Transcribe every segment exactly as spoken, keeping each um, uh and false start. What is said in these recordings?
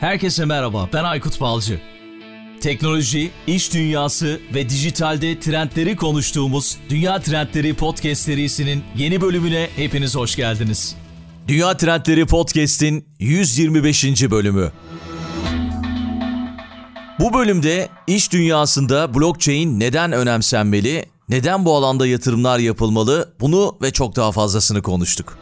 Herkese merhaba, ben Aykut Balcı. Teknoloji, iş dünyası ve dijitalde trendleri konuştuğumuz Dünya Trendleri Podcast serisinin yeni bölümüne hepiniz hoş geldiniz. Dünya Trendleri Podcast'in yüz yirmi beşinci bölümü. Bu bölümde iş dünyasında blockchain neden önemsenmeli, neden bu alanda yatırımlar yapılmalı, bunu ve çok daha fazlasını konuştuk.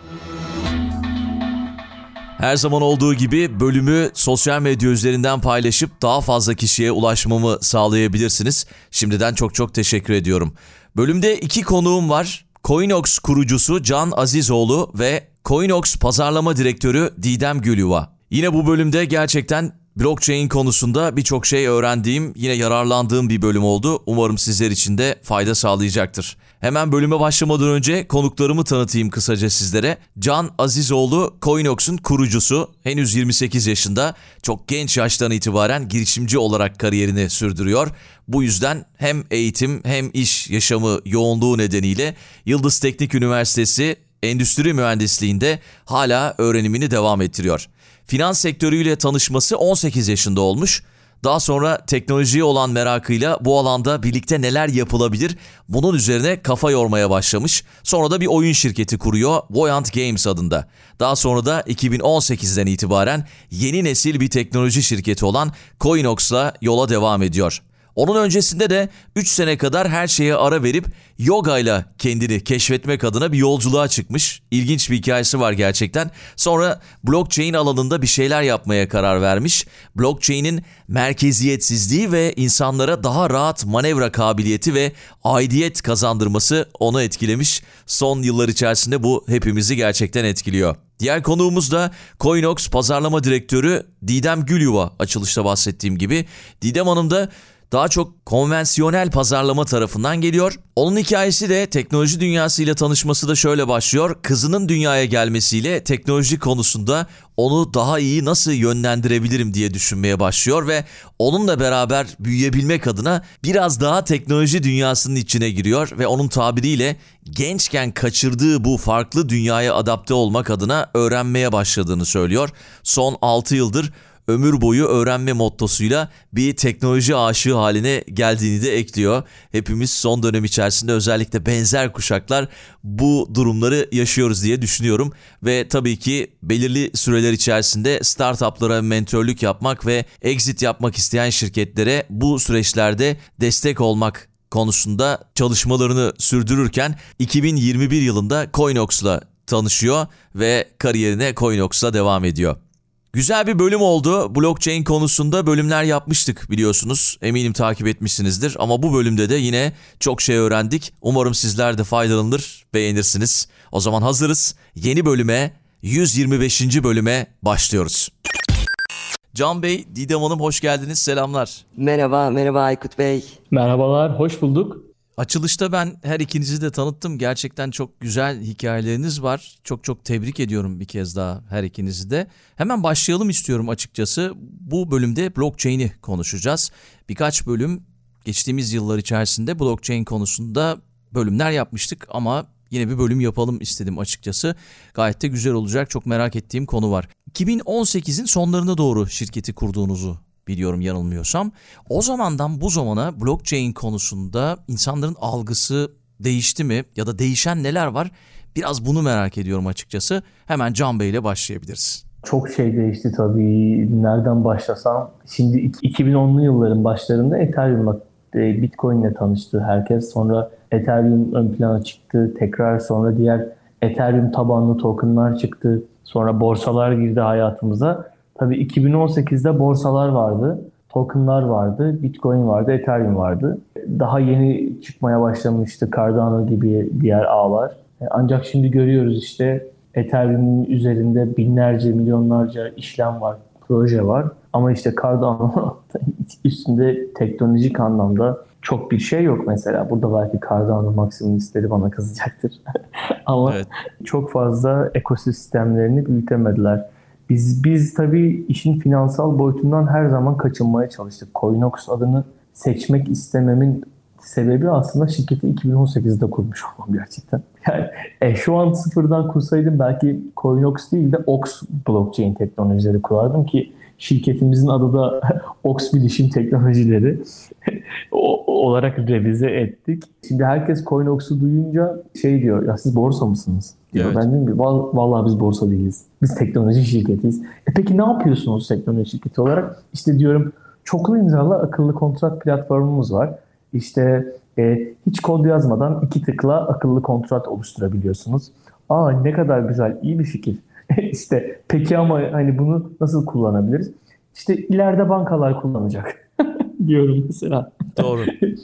Her zaman olduğu gibi bölümü sosyal medya üzerinden paylaşıp daha fazla kişiye ulaşmamı sağlayabilirsiniz. Şimdiden çok çok teşekkür ediyorum. Bölümde iki konuğum var. Coinox kurucusu Can Azizoğlu ve Coinox pazarlama direktörü Didem Gülyuva. Yine bu bölümde gerçekten blockchain konusunda birçok şey öğrendiğim, yine yararlandığım bir bölüm oldu. Umarım sizler için de fayda sağlayacaktır. Hemen bölüme başlamadan önce konuklarımı tanıtayım kısaca sizlere. Can Azizoğlu, Coinox'un kurucusu. Henüz yirmi sekiz yaşında, çok genç yaştan itibaren girişimci olarak kariyerini sürdürüyor. Bu yüzden hem eğitim hem iş yaşamı yoğunluğu nedeniyle Yıldız Teknik Üniversitesi Endüstri Mühendisliği'nde hala öğrenimini devam ettiriyor. Finans sektörüyle tanışması on sekiz yaşında olmuş. Daha sonra teknolojiye olan merakıyla bu alanda birlikte neler yapılabilir bunun üzerine kafa yormaya başlamış. Sonra da bir oyun şirketi kuruyor, Voyant Games adında. Daha sonra da iki bin on sekizden itibaren yeni nesil bir teknoloji şirketi olan Coinox'la yola devam ediyor. Onun öncesinde de üç sene kadar her şeye ara verip yogayla kendini keşfetmek adına bir yolculuğa çıkmış. İlginç bir hikayesi var gerçekten. Sonra blockchain alanında bir şeyler yapmaya karar vermiş. Blockchain'in merkeziyetsizliği ve insanlara daha rahat manevra kabiliyeti ve aidiyet kazandırması onu etkilemiş. Son yıllar içerisinde bu hepimizi gerçekten etkiliyor. Diğer konuğumuz da Coinox pazarlama direktörü Didem Gülyuva, açılışta bahsettiğim gibi. Didem Hanım da daha çok konvansiyonel pazarlama tarafından geliyor. Onun hikayesi de teknoloji dünyasıyla tanışması da şöyle başlıyor. Kızının dünyaya gelmesiyle teknoloji konusunda onu daha iyi nasıl yönlendirebilirim diye düşünmeye başlıyor ve onunla beraber büyüyebilmek adına biraz daha teknoloji dünyasının içine giriyor ve onun tabiriyle gençken kaçırdığı bu farklı dünyaya adapte olmak adına öğrenmeye başladığını söylüyor. Son altı yıldır ömür boyu öğrenme mottosuyla bir teknoloji aşığı haline geldiğini de ekliyor. Hepimiz son dönem içerisinde özellikle benzer kuşaklar bu durumları yaşıyoruz diye düşünüyorum. Ve tabii ki belirli süreler içerisinde startuplara mentörlük yapmak ve exit yapmak isteyen şirketlere bu süreçlerde destek olmak konusunda çalışmalarını sürdürürken iki bin yirmi bir yılında Coinox'la tanışıyor ve kariyerine Coinox'la devam ediyor. Güzel bir bölüm oldu. Blockchain konusunda bölümler yapmıştık biliyorsunuz. Eminim takip etmişsinizdir ama bu bölümde de yine çok şey öğrendik. Umarım sizler de faydalanır, beğenirsiniz. O zaman hazırız. Yeni bölüme, yüz yirmi beşinci bölüme başlıyoruz. Can Bey, Didem Hanım hoş geldiniz. Selamlar. Merhaba, merhaba Aykut Bey. Merhabalar, hoş bulduk. Açılışta ben her ikinizi de tanıttım. Gerçekten çok güzel hikayeleriniz var. Çok çok tebrik ediyorum bir kez daha her ikinizi de. Hemen başlayalım istiyorum açıkçası. Bu bölümde blockchain'i konuşacağız. Birkaç bölüm geçtiğimiz yıllar içerisinde blockchain konusunda bölümler yapmıştık ama yine bir bölüm yapalım istedim açıkçası. Gayet de güzel olacak. Çok merak ettiğim konu var. iki bin on sekizin sonlarına doğru şirketi kurduğunuzu biliyorum yanılmıyorsam. O zamandan bu zamana blockchain konusunda insanların algısı değişti mi ya da değişen neler var? Biraz bunu merak ediyorum açıkçası. Hemen Can Bey ile başlayabiliriz. Çok şey değişti tabii. Nereden başlasam? Şimdi iki bin onlu yılların başlarında Ethereum'la, Bitcoin'le tanıştı herkes. Sonra Ethereum ön plana çıktı. Tekrar sonra diğer Ethereum tabanlı tokenlar çıktı. Sonra borsalar girdi hayatımıza. Tabii iki bin on sekizde borsalar vardı, tokenlar vardı, Bitcoin vardı, Ethereum vardı. Daha yeni çıkmaya başlamıştı Cardano gibi diğer ağlar. Ancak şimdi görüyoruz işte Ethereum'un üzerinde binlerce, milyonlarca işlem var, proje var. Ama işte Cardano üstünde teknolojik anlamda çok bir şey yok mesela. Burada belki Cardano maksimalistleri bana kızacaktır. Ama evet, çok fazla ekosistemlerini büyütemediler. Biz biz tabii işin finansal boyutundan her zaman kaçınmaya çalıştık. Coinox adını seçmek istememin sebebi aslında şirketi iki bin on sekizde kurmuş olmam gerçekten. Yani e, şu an sıfırdan kursaydım belki Coinox değil de Ox blockchain teknolojileri kurardım ki Şirketimizin adı da Ox Bilişim Teknolojileri o- olarak revize ettik. Şimdi herkes CoinOx'u duyunca şey diyor, ya siz borsa mısınız? Diyor. Evet. Ben diyorum ki "Val- vallahi biz borsa değiliz. Biz teknoloji şirketiyiz. E peki ne yapıyorsunuz teknoloji şirketi olarak? İşte diyorum çoklu imzalı akıllı kontrat platformumuz var. İşte e, hiç kod yazmadan iki tıkla akıllı kontrat oluşturabiliyorsunuz. Aa ne kadar güzel, iyi bir fikir. İşte peki ama hani bunu nasıl kullanabiliriz? İşte ileride bankalar kullanacak diyorum mesela. Doğru.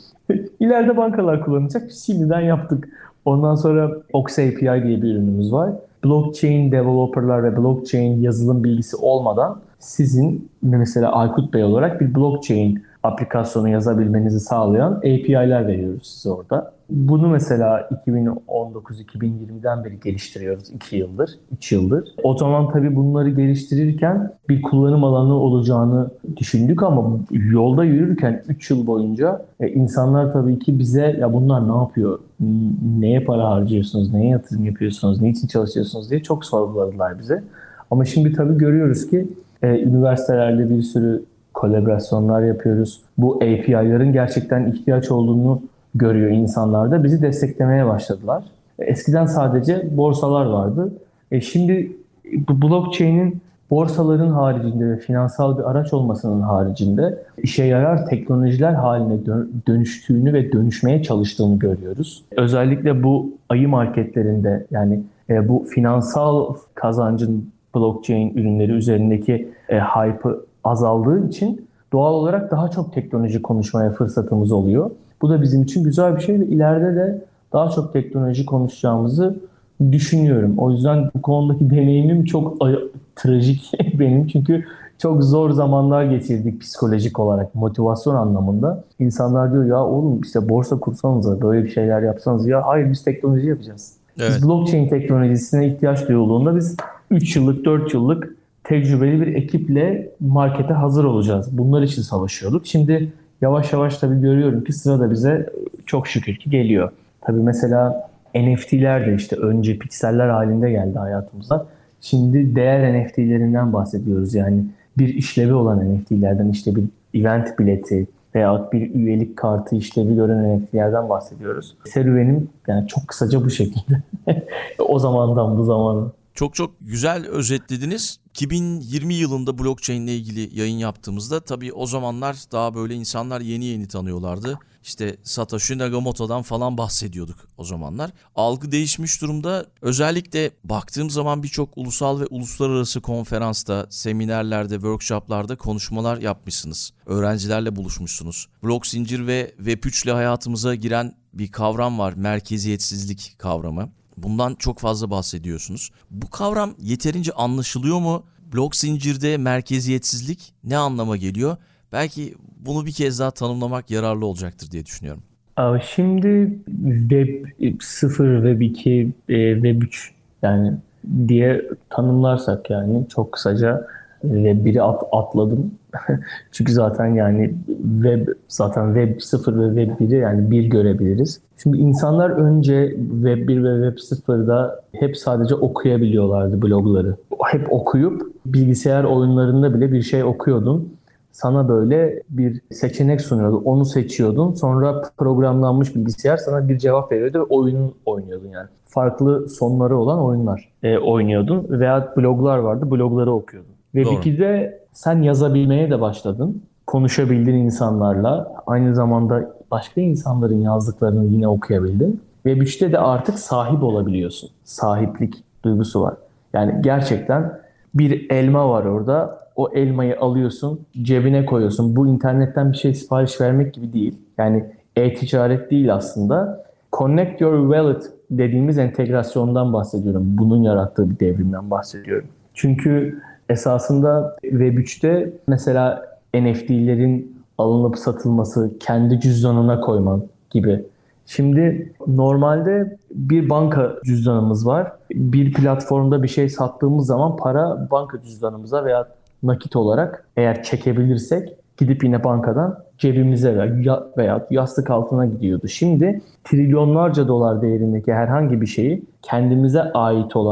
İleride bankalar kullanacak. Şimdiden yaptık. Ondan sonra Ox A P I diye bir ürünümüz var. Blockchain developerlar ve blockchain yazılım bilgisi olmadan sizin mesela Aykut Bey olarak bir blockchain aplikasyonu yazabilmenizi sağlayan A P I'ler veriyoruz size orada. Bunu mesela iki bin on dokuz iki bin yirmiden beri geliştiriyoruz. iki yıldır, üç yıldır. O zaman tabii bunları geliştirirken bir kullanım alanı olacağını düşündük ama yolda yürürken üç yıl boyunca e, insanlar tabii ki bize ya bunlar ne yapıyor, N- neye para harcıyorsunuz, neye yatırım yapıyorsunuz, ne için çalışıyorsunuz diye çok sorguladılar bize. Ama şimdi tabii görüyoruz ki e, üniversitelerle bir sürü kolaborasyonlar yapıyoruz. Bu A P I'ların gerçekten ihtiyaç olduğunu görüyor insanlar da bizi desteklemeye başladılar. Eskiden sadece borsalar vardı. E şimdi bu blockchain'in borsaların haricinde ve finansal bir araç olmasının haricinde işe yarar teknolojiler haline dö- dönüştüğünü ve dönüşmeye çalıştığını görüyoruz. Özellikle bu ayı marketlerinde yani e, bu finansal kazancın blockchain ürünleri üzerindeki e, hype'ı azaldığı için doğal olarak daha çok teknoloji konuşmaya fırsatımız oluyor. Bu da bizim için güzel bir şey ve ileride de daha çok teknoloji konuşacağımızı düşünüyorum. O yüzden bu konudaki deneyimim çok a- trajik benim. Çünkü çok zor zamanlar geçirdik psikolojik olarak, motivasyon anlamında. İnsanlar diyor ya oğlum işte borsa kursanıza, böyle bir şeyler yapsanız ya hayır biz teknoloji yapacağız. Evet. Biz blockchain teknolojisine ihtiyaç duyulduğunda biz üç yıllık, dört yıllık tecrübeli bir ekiple markete hazır olacağız. Bunlar için savaşıyorduk. Şimdi yavaş yavaş tabii görüyorum ki sıra da bize çok şükür ki geliyor. Tabii mesela N F T'ler de işte önce pikseller halinde geldi hayatımıza. Şimdi değer N F T'lerinden bahsediyoruz. Yani bir işlevi olan N F T'lerden işte bir event bileti veya bir üyelik kartı işlevi gören N F T'lerden bahsediyoruz. Serüvenim yani çok kısaca bu şekilde. O zamandan bu zamana. Çok çok güzel özetlediniz. iki bin yirmi yılında blockchain ile ilgili yayın yaptığımızda tabii o zamanlar daha böyle insanlar yeni yeni tanıyorlardı. İşte Satoshi Nakamoto'dan falan bahsediyorduk o zamanlar. Algı değişmiş durumda. Özellikle baktığım zaman birçok ulusal ve uluslararası konferansta, seminerlerde, workshoplarda konuşmalar yapmışsınız. Öğrencilerle buluşmuşsunuz. Blok zincir ve Web üç ile hayatımıza giren bir kavram var. Merkeziyetsizlik kavramı. Bundan çok fazla bahsediyorsunuz. Bu kavram yeterince anlaşılıyor mu? Blok zincirde merkeziyetsizlik ne anlama geliyor? Belki bunu bir kez daha tanımlamak yararlı olacaktır diye düşünüyorum. Abi şimdi Web sıfır, Web iki, e, Web üç yani diye tanımlarsak yani çok kısaca Web biri at, atladım. Çünkü zaten yani Web zaten Web sıfır ve Web biri yani bir görebiliriz. Şimdi insanlar önce Web bir ve Web sıfırda hep sadece okuyabiliyorlardı blogları. Hep okuyup bilgisayar oyunlarında bile bir şey okuyordun. Sana böyle bir seçenek sunuyordu. Onu seçiyordun. Sonra programlanmış bilgisayar sana bir cevap veriyordu ve oyun oynuyordun yani. Farklı sonları olan oyunlar e, oynuyordun. Veya bloglar vardı. Blogları okuyordun. Web Doğru. ikide sen yazabilmeye de başladın. Konuşabildin insanlarla. Aynı zamanda başka insanların yazdıklarını yine okuyabildin. Web üçte de artık sahip olabiliyorsun. Sahiplik duygusu var. Yani gerçekten bir elma var orada. O elmayı alıyorsun, cebine koyuyorsun. Bu internetten bir şey sipariş vermek gibi değil. Yani e-ticaret değil aslında. Connect your wallet dediğimiz entegrasyondan bahsediyorum. Bunun yarattığı bir devrimden bahsediyorum. Çünkü esasında Web üçte mesela N F T'lerin alınıp satılması, kendi cüzdanına koyman gibi. Şimdi normalde bir banka cüzdanımız var. Bir platformda bir şey sattığımız zaman para banka cüzdanımıza veya nakit olarak eğer çekebilirsek gidip yine bankadan cebimize veya, veya yastık altına gidiyordu. Şimdi trilyonlarca dolar değerindeki herhangi bir şeyi kendimize ait olan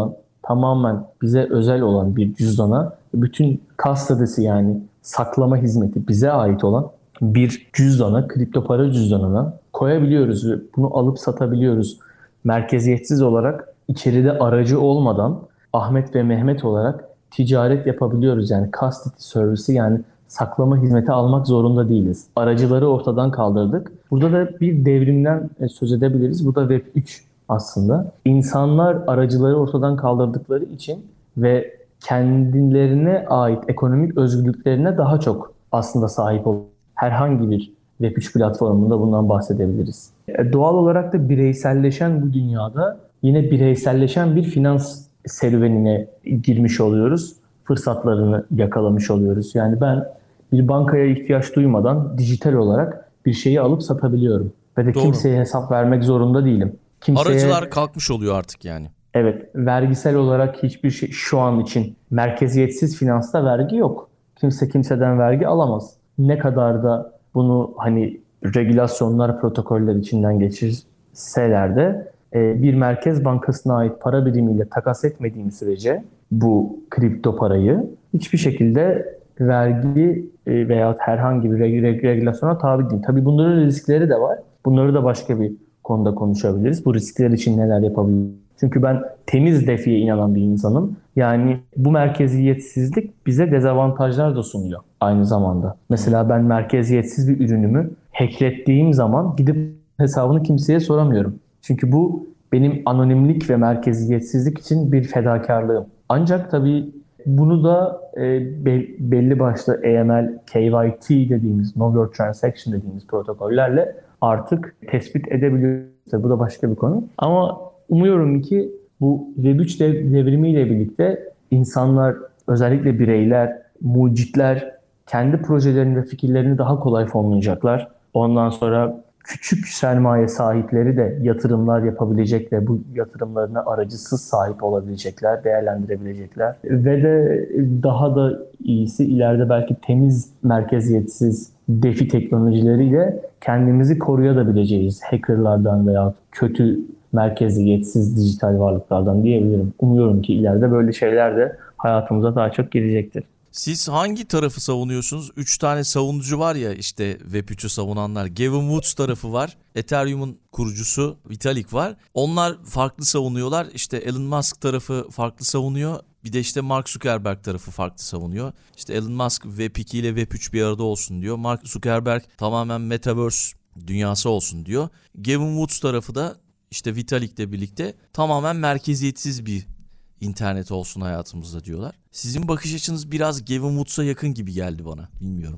tamamen bize özel olan bir cüzdana, bütün custody'si yani saklama hizmeti bize ait olan bir cüzdana, kripto para cüzdanına koyabiliyoruz ve bunu alıp satabiliyoruz. Merkeziyetsiz olarak içeride aracı olmadan Ahmet ve Mehmet olarak ticaret yapabiliyoruz. Yani custody servisi yani saklama hizmeti almak zorunda değiliz. Aracıları ortadan kaldırdık. Burada da bir devrimden söz edebiliriz. Bu da Web üç aslında. İnsanlar aracıları ortadan kaldırdıkları için ve kendilerine ait ekonomik özgürlüklerine daha çok aslında sahip ol. Herhangi bir Web üç platformunda bundan bahsedebiliriz. E, doğal olarak da bireyselleşen bu dünyada yine bireyselleşen bir finans serüvenine girmiş oluyoruz. Fırsatlarını yakalamış oluyoruz. Yani ben bir bankaya ihtiyaç duymadan dijital olarak bir şeyi alıp satabiliyorum. Ve de Doğru. kimseye hesap vermek zorunda değilim. Kimseye, Aracılar kalkmış oluyor artık yani. evet, vergisel olarak hiçbir şey şu an için merkeziyetsiz finansta vergi yok. Kimse kimseden vergi alamaz. Ne kadar da bunu hani regülasyonlar, protokoller içinden geçirseler de e, bir merkez bankasına ait para birimiyle takas etmediğim sürece bu kripto parayı hiçbir şekilde vergi e, veya herhangi bir reg- regülasyona tabi değil. Tabii bunların riskleri de var. Bunları da başka bir konuda konuşabiliriz. Bu riskler için neler yapabiliriz? Çünkü ben temiz defiye inanan bir insanım. Yani bu merkeziyetsizlik bize dezavantajlar da sunuyor aynı zamanda. Mesela ben merkeziyetsiz bir ürünümü hacklettiğim zaman gidip hesabını kimseye soramıyorum. Çünkü bu benim anonimlik ve merkeziyetsizlik için bir fedakarlığım. Ancak tabii bunu da e, be- belli başlı A M L, K Y T dediğimiz, Know Your Transaction dediğimiz protokollerle artık tespit edebiliyoruz. Tabii bu da başka bir konu. Ama umuyorum ki bu Web üç dev- devrimiyle birlikte insanlar, özellikle bireyler, mucitler kendi projelerini ve fikirlerini daha kolay fonlayacaklar. Ondan sonra küçük sermaye sahipleri de yatırımlar yapabilecek ve bu yatırımlarına aracısız sahip olabilecekler, değerlendirebilecekler. Ve de daha da iyisi ileride belki temiz, merkeziyetsiz DeFi teknolojileriyle kendimizi koruyabileceğiz hackerlardan veya kötü merkeziyetsiz dijital varlıklardan diyebilirim. Umuyorum ki ileride böyle şeyler de hayatımıza daha çok girecektir. Siz hangi tarafı savunuyorsunuz? Üç tane savunucu var ya işte Web üçü savunanlar. Gavin Woods tarafı var. Ethereum'un kurucusu Vitalik var. Onlar farklı savunuyorlar. İşte Elon Musk tarafı farklı savunuyor. Bir de işte Mark Zuckerberg tarafı farklı savunuyor. İşte Elon Musk Web iki ile Web üç bir arada olsun diyor. Mark Zuckerberg tamamen Metaverse dünyası olsun diyor. Gavin Woods tarafı da işte Vitalik'le birlikte tamamen merkeziyetsiz bir internet olsun hayatımızda diyorlar. Sizin bakış açınız biraz Gavin Woods'a yakın gibi geldi bana. Bilmiyorum.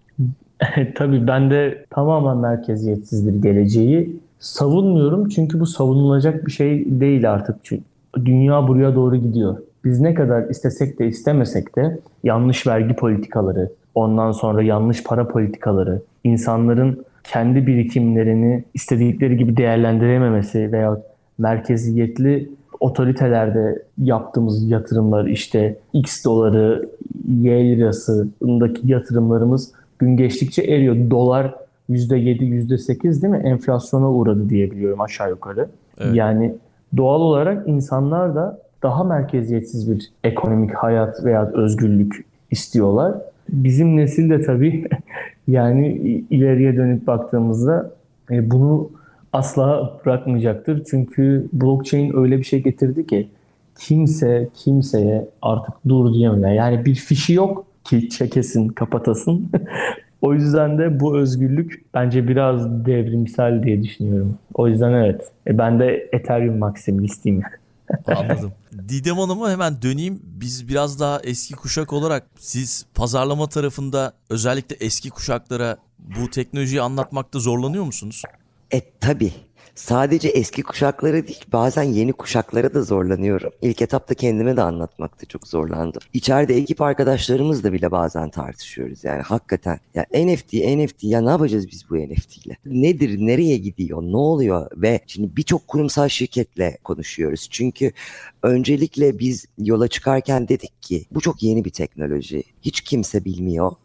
Tabii ben de tamamen merkeziyetsiz bir geleceği savunmuyorum. Çünkü bu savunulacak bir şey değil artık. Çünkü dünya buraya doğru gidiyor. Biz ne kadar istesek de istemesek de yanlış vergi politikaları, ondan sonra yanlış para politikaları, insanların kendi birikimlerini istedikleri gibi değerlendirememesi veya merkeziyetli otoritelerde yaptığımız yatırımlar, işte X doları, Y lirasındaki yatırımlarımız gün geçtikçe eriyor. Dolar yüzde yedi, yüzde sekiz değil mi? Enflasyona uğradı diyebiliyorum aşağı yukarı. Evet. Yani doğal olarak insanlar da daha merkeziyetsiz bir ekonomik hayat veya özgürlük istiyorlar. Bizim nesil de tabii yani ileriye dönüp baktığımızda bunu asla bırakmayacaktır. Çünkü blockchain öyle bir şey getirdi ki kimse kimseye artık dur diyemiyor. Yani bir fişi yok ki çekesin, kapatasın. O yüzden de bu özgürlük bence biraz devrimsel diye düşünüyorum. O yüzden evet. E ben de Ethereum maksimalistiyim. Anladım. Didem Hanım'a hemen döneyim. Biz biraz daha eski kuşak olarak siz pazarlama tarafında özellikle eski kuşaklara bu teknolojiyi anlatmakta zorlanıyor musunuz? E tabii. Sadece eski kuşaklara değil, bazen yeni kuşaklara da zorlanıyorum. İlk etapta kendime de anlatmakta çok zorlandım. İçeride ekip arkadaşlarımızla bile bazen tartışıyoruz. Yani hakikaten ya N F T, N F T ya ne yapacağız biz bu N F T ile? Nedir, nereye gidiyor, ne oluyor? Ve şimdi birçok kurumsal şirketle konuşuyoruz. Çünkü öncelikle biz yola çıkarken dedik ki bu çok yeni bir teknoloji. Hiç kimse bilmiyor.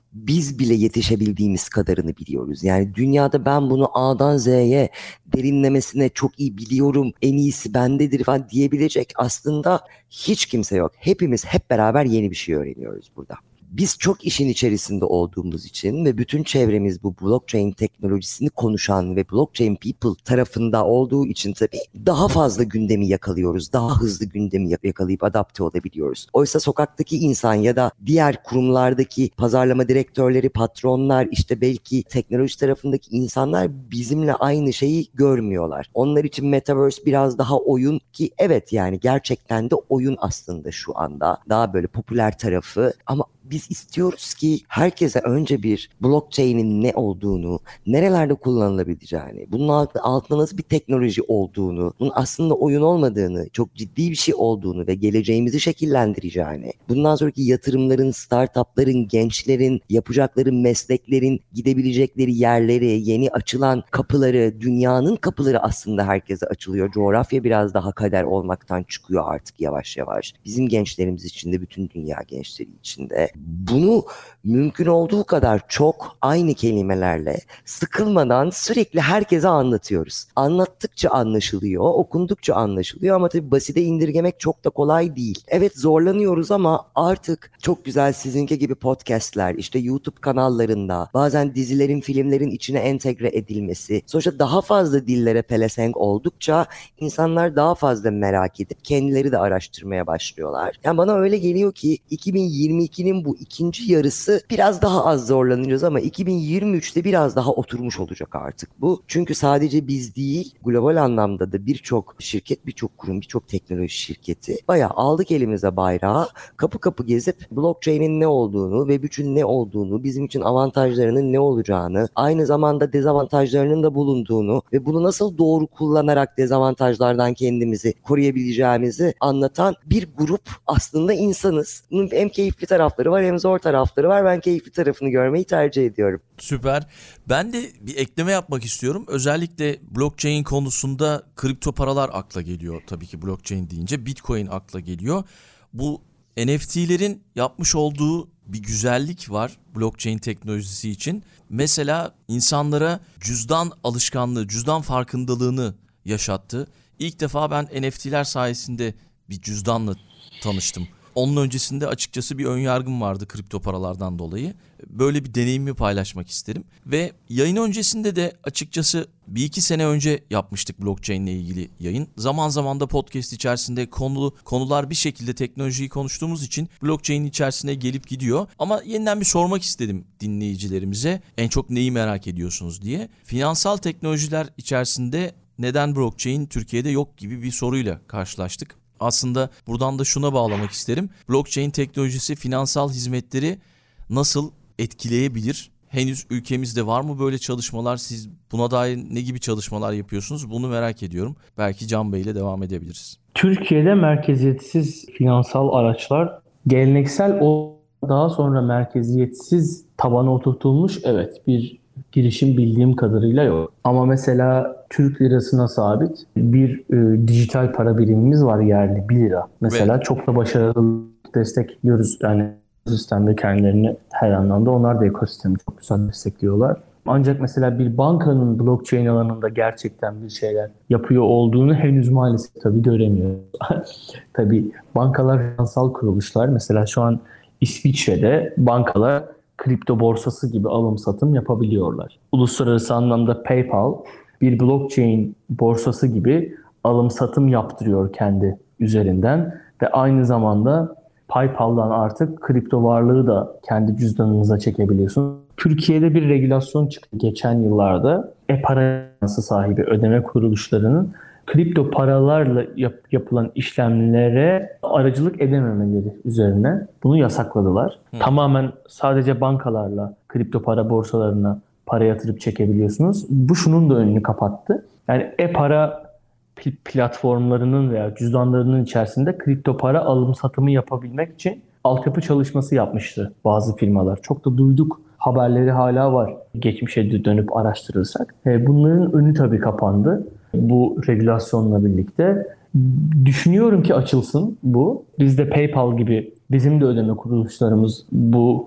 biz bile yetişebildiğimiz kadarını biliyoruz. Yani dünyada ben bunu A'dan Z'ye derinlemesine çok iyi biliyorum, en iyisi bendedir falan diyebilecek aslında hiç kimse yok. Hepimiz hep beraber yeni bir şey öğreniyoruz burada. Biz çok işin içerisinde olduğumuz için ve bütün çevremiz bu blockchain teknolojisini konuşan ve blockchain people tarafında olduğu için tabii daha fazla gündemi yakalıyoruz. Daha hızlı gündemi yakalayıp adapte olabiliyoruz. Oysa sokaktaki insan ya da diğer kurumlardaki pazarlama direktörleri, patronlar, işte belki teknoloji tarafındaki insanlar bizimle aynı şeyi görmüyorlar. Onlar için Metaverse biraz daha oyun ki evet yani gerçekten de oyun aslında şu anda. Daha böyle popüler tarafı ama biz istiyoruz ki herkese önce bir blockchain'in ne olduğunu, nerelerde kullanılabileceğini, bunun altında nasıl bir teknoloji olduğunu, bunun aslında oyun olmadığını, çok ciddi bir şey olduğunu ve geleceğimizi şekillendireceğini, bundan sonraki yatırımların, startupların, gençlerin, yapacakları mesleklerin, gidebilecekleri yerleri, yeni açılan kapıları, dünyanın kapıları aslında herkese açılıyor. Coğrafya biraz daha kader olmaktan çıkıyor artık yavaş yavaş. Bizim gençlerimiz için de bütün dünya gençleri için de. Bunu mümkün olduğu kadar çok aynı kelimelerle sıkılmadan sürekli herkese anlatıyoruz. Anlattıkça anlaşılıyor, okundukça anlaşılıyor ama tabii basite indirgemek çok da kolay değil. Evet zorlanıyoruz ama artık çok güzel sizinki gibi podcastler, işte YouTube kanallarında bazen dizilerin, filmlerin içine entegre edilmesi, sonuçta daha fazla dillere pelesenk oldukça insanlar daha fazla merak edip kendileri de araştırmaya başlıyorlar. Yani bana öyle geliyor ki iki bin yirmi ikinin bu ikinci yarısı biraz daha az zorlanacağız ama iki bin yirmi üçte biraz daha oturmuş olacak artık bu. Çünkü sadece biz değil, global anlamda da birçok şirket, birçok kurum, birçok teknoloji şirketi bayağı aldık elimize bayrağı, kapı kapı gezip blockchain'in ne olduğunu, Web üçün ne olduğunu, bizim için avantajlarının ne olacağını, aynı zamanda dezavantajlarının da bulunduğunu ve bunu nasıl doğru kullanarak dezavantajlardan kendimizi koruyabileceğimizi anlatan bir grup aslında insanız. Bunun hem keyifli tarafları var hem zor tarafları var. Ben keyifli tarafını görmeyi tercih ediyorum. Süper. Ben de bir ekleme yapmak istiyorum. Özellikle blockchain konusunda kripto paralar akla geliyor. Tabii ki blockchain deyince Bitcoin akla geliyor. Bu N F T'lerin yapmış olduğu bir güzellik var blockchain teknolojisi için. Mesela insanlara cüzdan alışkanlığı, cüzdan farkındalığını yaşattı. İlk defa ben N F T'ler sayesinde bir cüzdanla tanıştım. Onun öncesinde açıkçası bir önyargım vardı kripto paralardan dolayı. Böyle bir deneyimi paylaşmak isterim. Ve yayın öncesinde de açıkçası bir iki sene önce yapmıştık blockchain ile ilgili yayın. Zaman zaman da podcast içerisinde konu, konular bir şekilde teknolojiyi konuştuğumuz için blockchain içerisine gelip gidiyor. Ama yeniden bir sormak istedim dinleyicilerimize en çok neyi merak ediyorsunuz diye. Finansal teknolojiler içerisinde neden blockchain Türkiye'de yok gibi bir soruyla karşılaştık. Aslında buradan da şuna bağlamak isterim. Blockchain teknolojisi finansal hizmetleri nasıl etkileyebilir? Henüz ülkemizde var mı böyle çalışmalar? Siz buna dair ne gibi çalışmalar yapıyorsunuz? Bunu merak ediyorum. Belki Can Bey ile devam edebiliriz. Türkiye'de merkeziyetsiz finansal araçlar geleneksel o daha sonra merkeziyetsiz tabana oturtulmuş evet bir girişim bildiğim kadarıyla yok. Ama mesela Türk lirasına sabit bir e, dijital para birimimiz var yerli bir lira. Mesela evet. Çok da başarılı destekliyoruz. Yani sistemde kendilerini her anlamda onlar da ekosistemi çok güzel destekliyorlar. Ancak mesela bir bankanın blockchain alanında gerçekten bir şeyler yapıyor olduğunu henüz maalesef tabii göremiyoruz. Tabii bankalar finansal kuruluşlar. Mesela şu an İsviçre'de bankalar kripto borsası gibi alım satım yapabiliyorlar. Uluslararası anlamda PayPal bir blockchain borsası gibi alım satım yaptırıyor kendi üzerinden ve aynı zamanda PayPal'dan artık kripto varlığı da kendi cüzdanınıza çekebiliyorsunuz. Türkiye'de bir regülasyon çıktı geçen yıllarda. E-para sahibi ödeme kuruluşlarının kripto paralarla yap- yapılan işlemlere aracılık edememeleri üzerine bunu yasakladılar. Hmm. Tamamen sadece bankalarla kripto para borsalarına para yatırıp çekebiliyorsunuz. Bu şunun da önünü kapattı. Yani e-para platformlarının veya cüzdanlarının içerisinde kripto para alım satımı yapabilmek için altyapı çalışması yapmıştı bazı firmalar. Çok da duyduk. Haberleri hala var. Geçmişe dönüp araştırırsak. Bunların önü tabii kapandı. Bu regülasyonla birlikte. Düşünüyorum ki açılsın bu. Biz de PayPal gibi bizim de ödeme kuruluşlarımız bu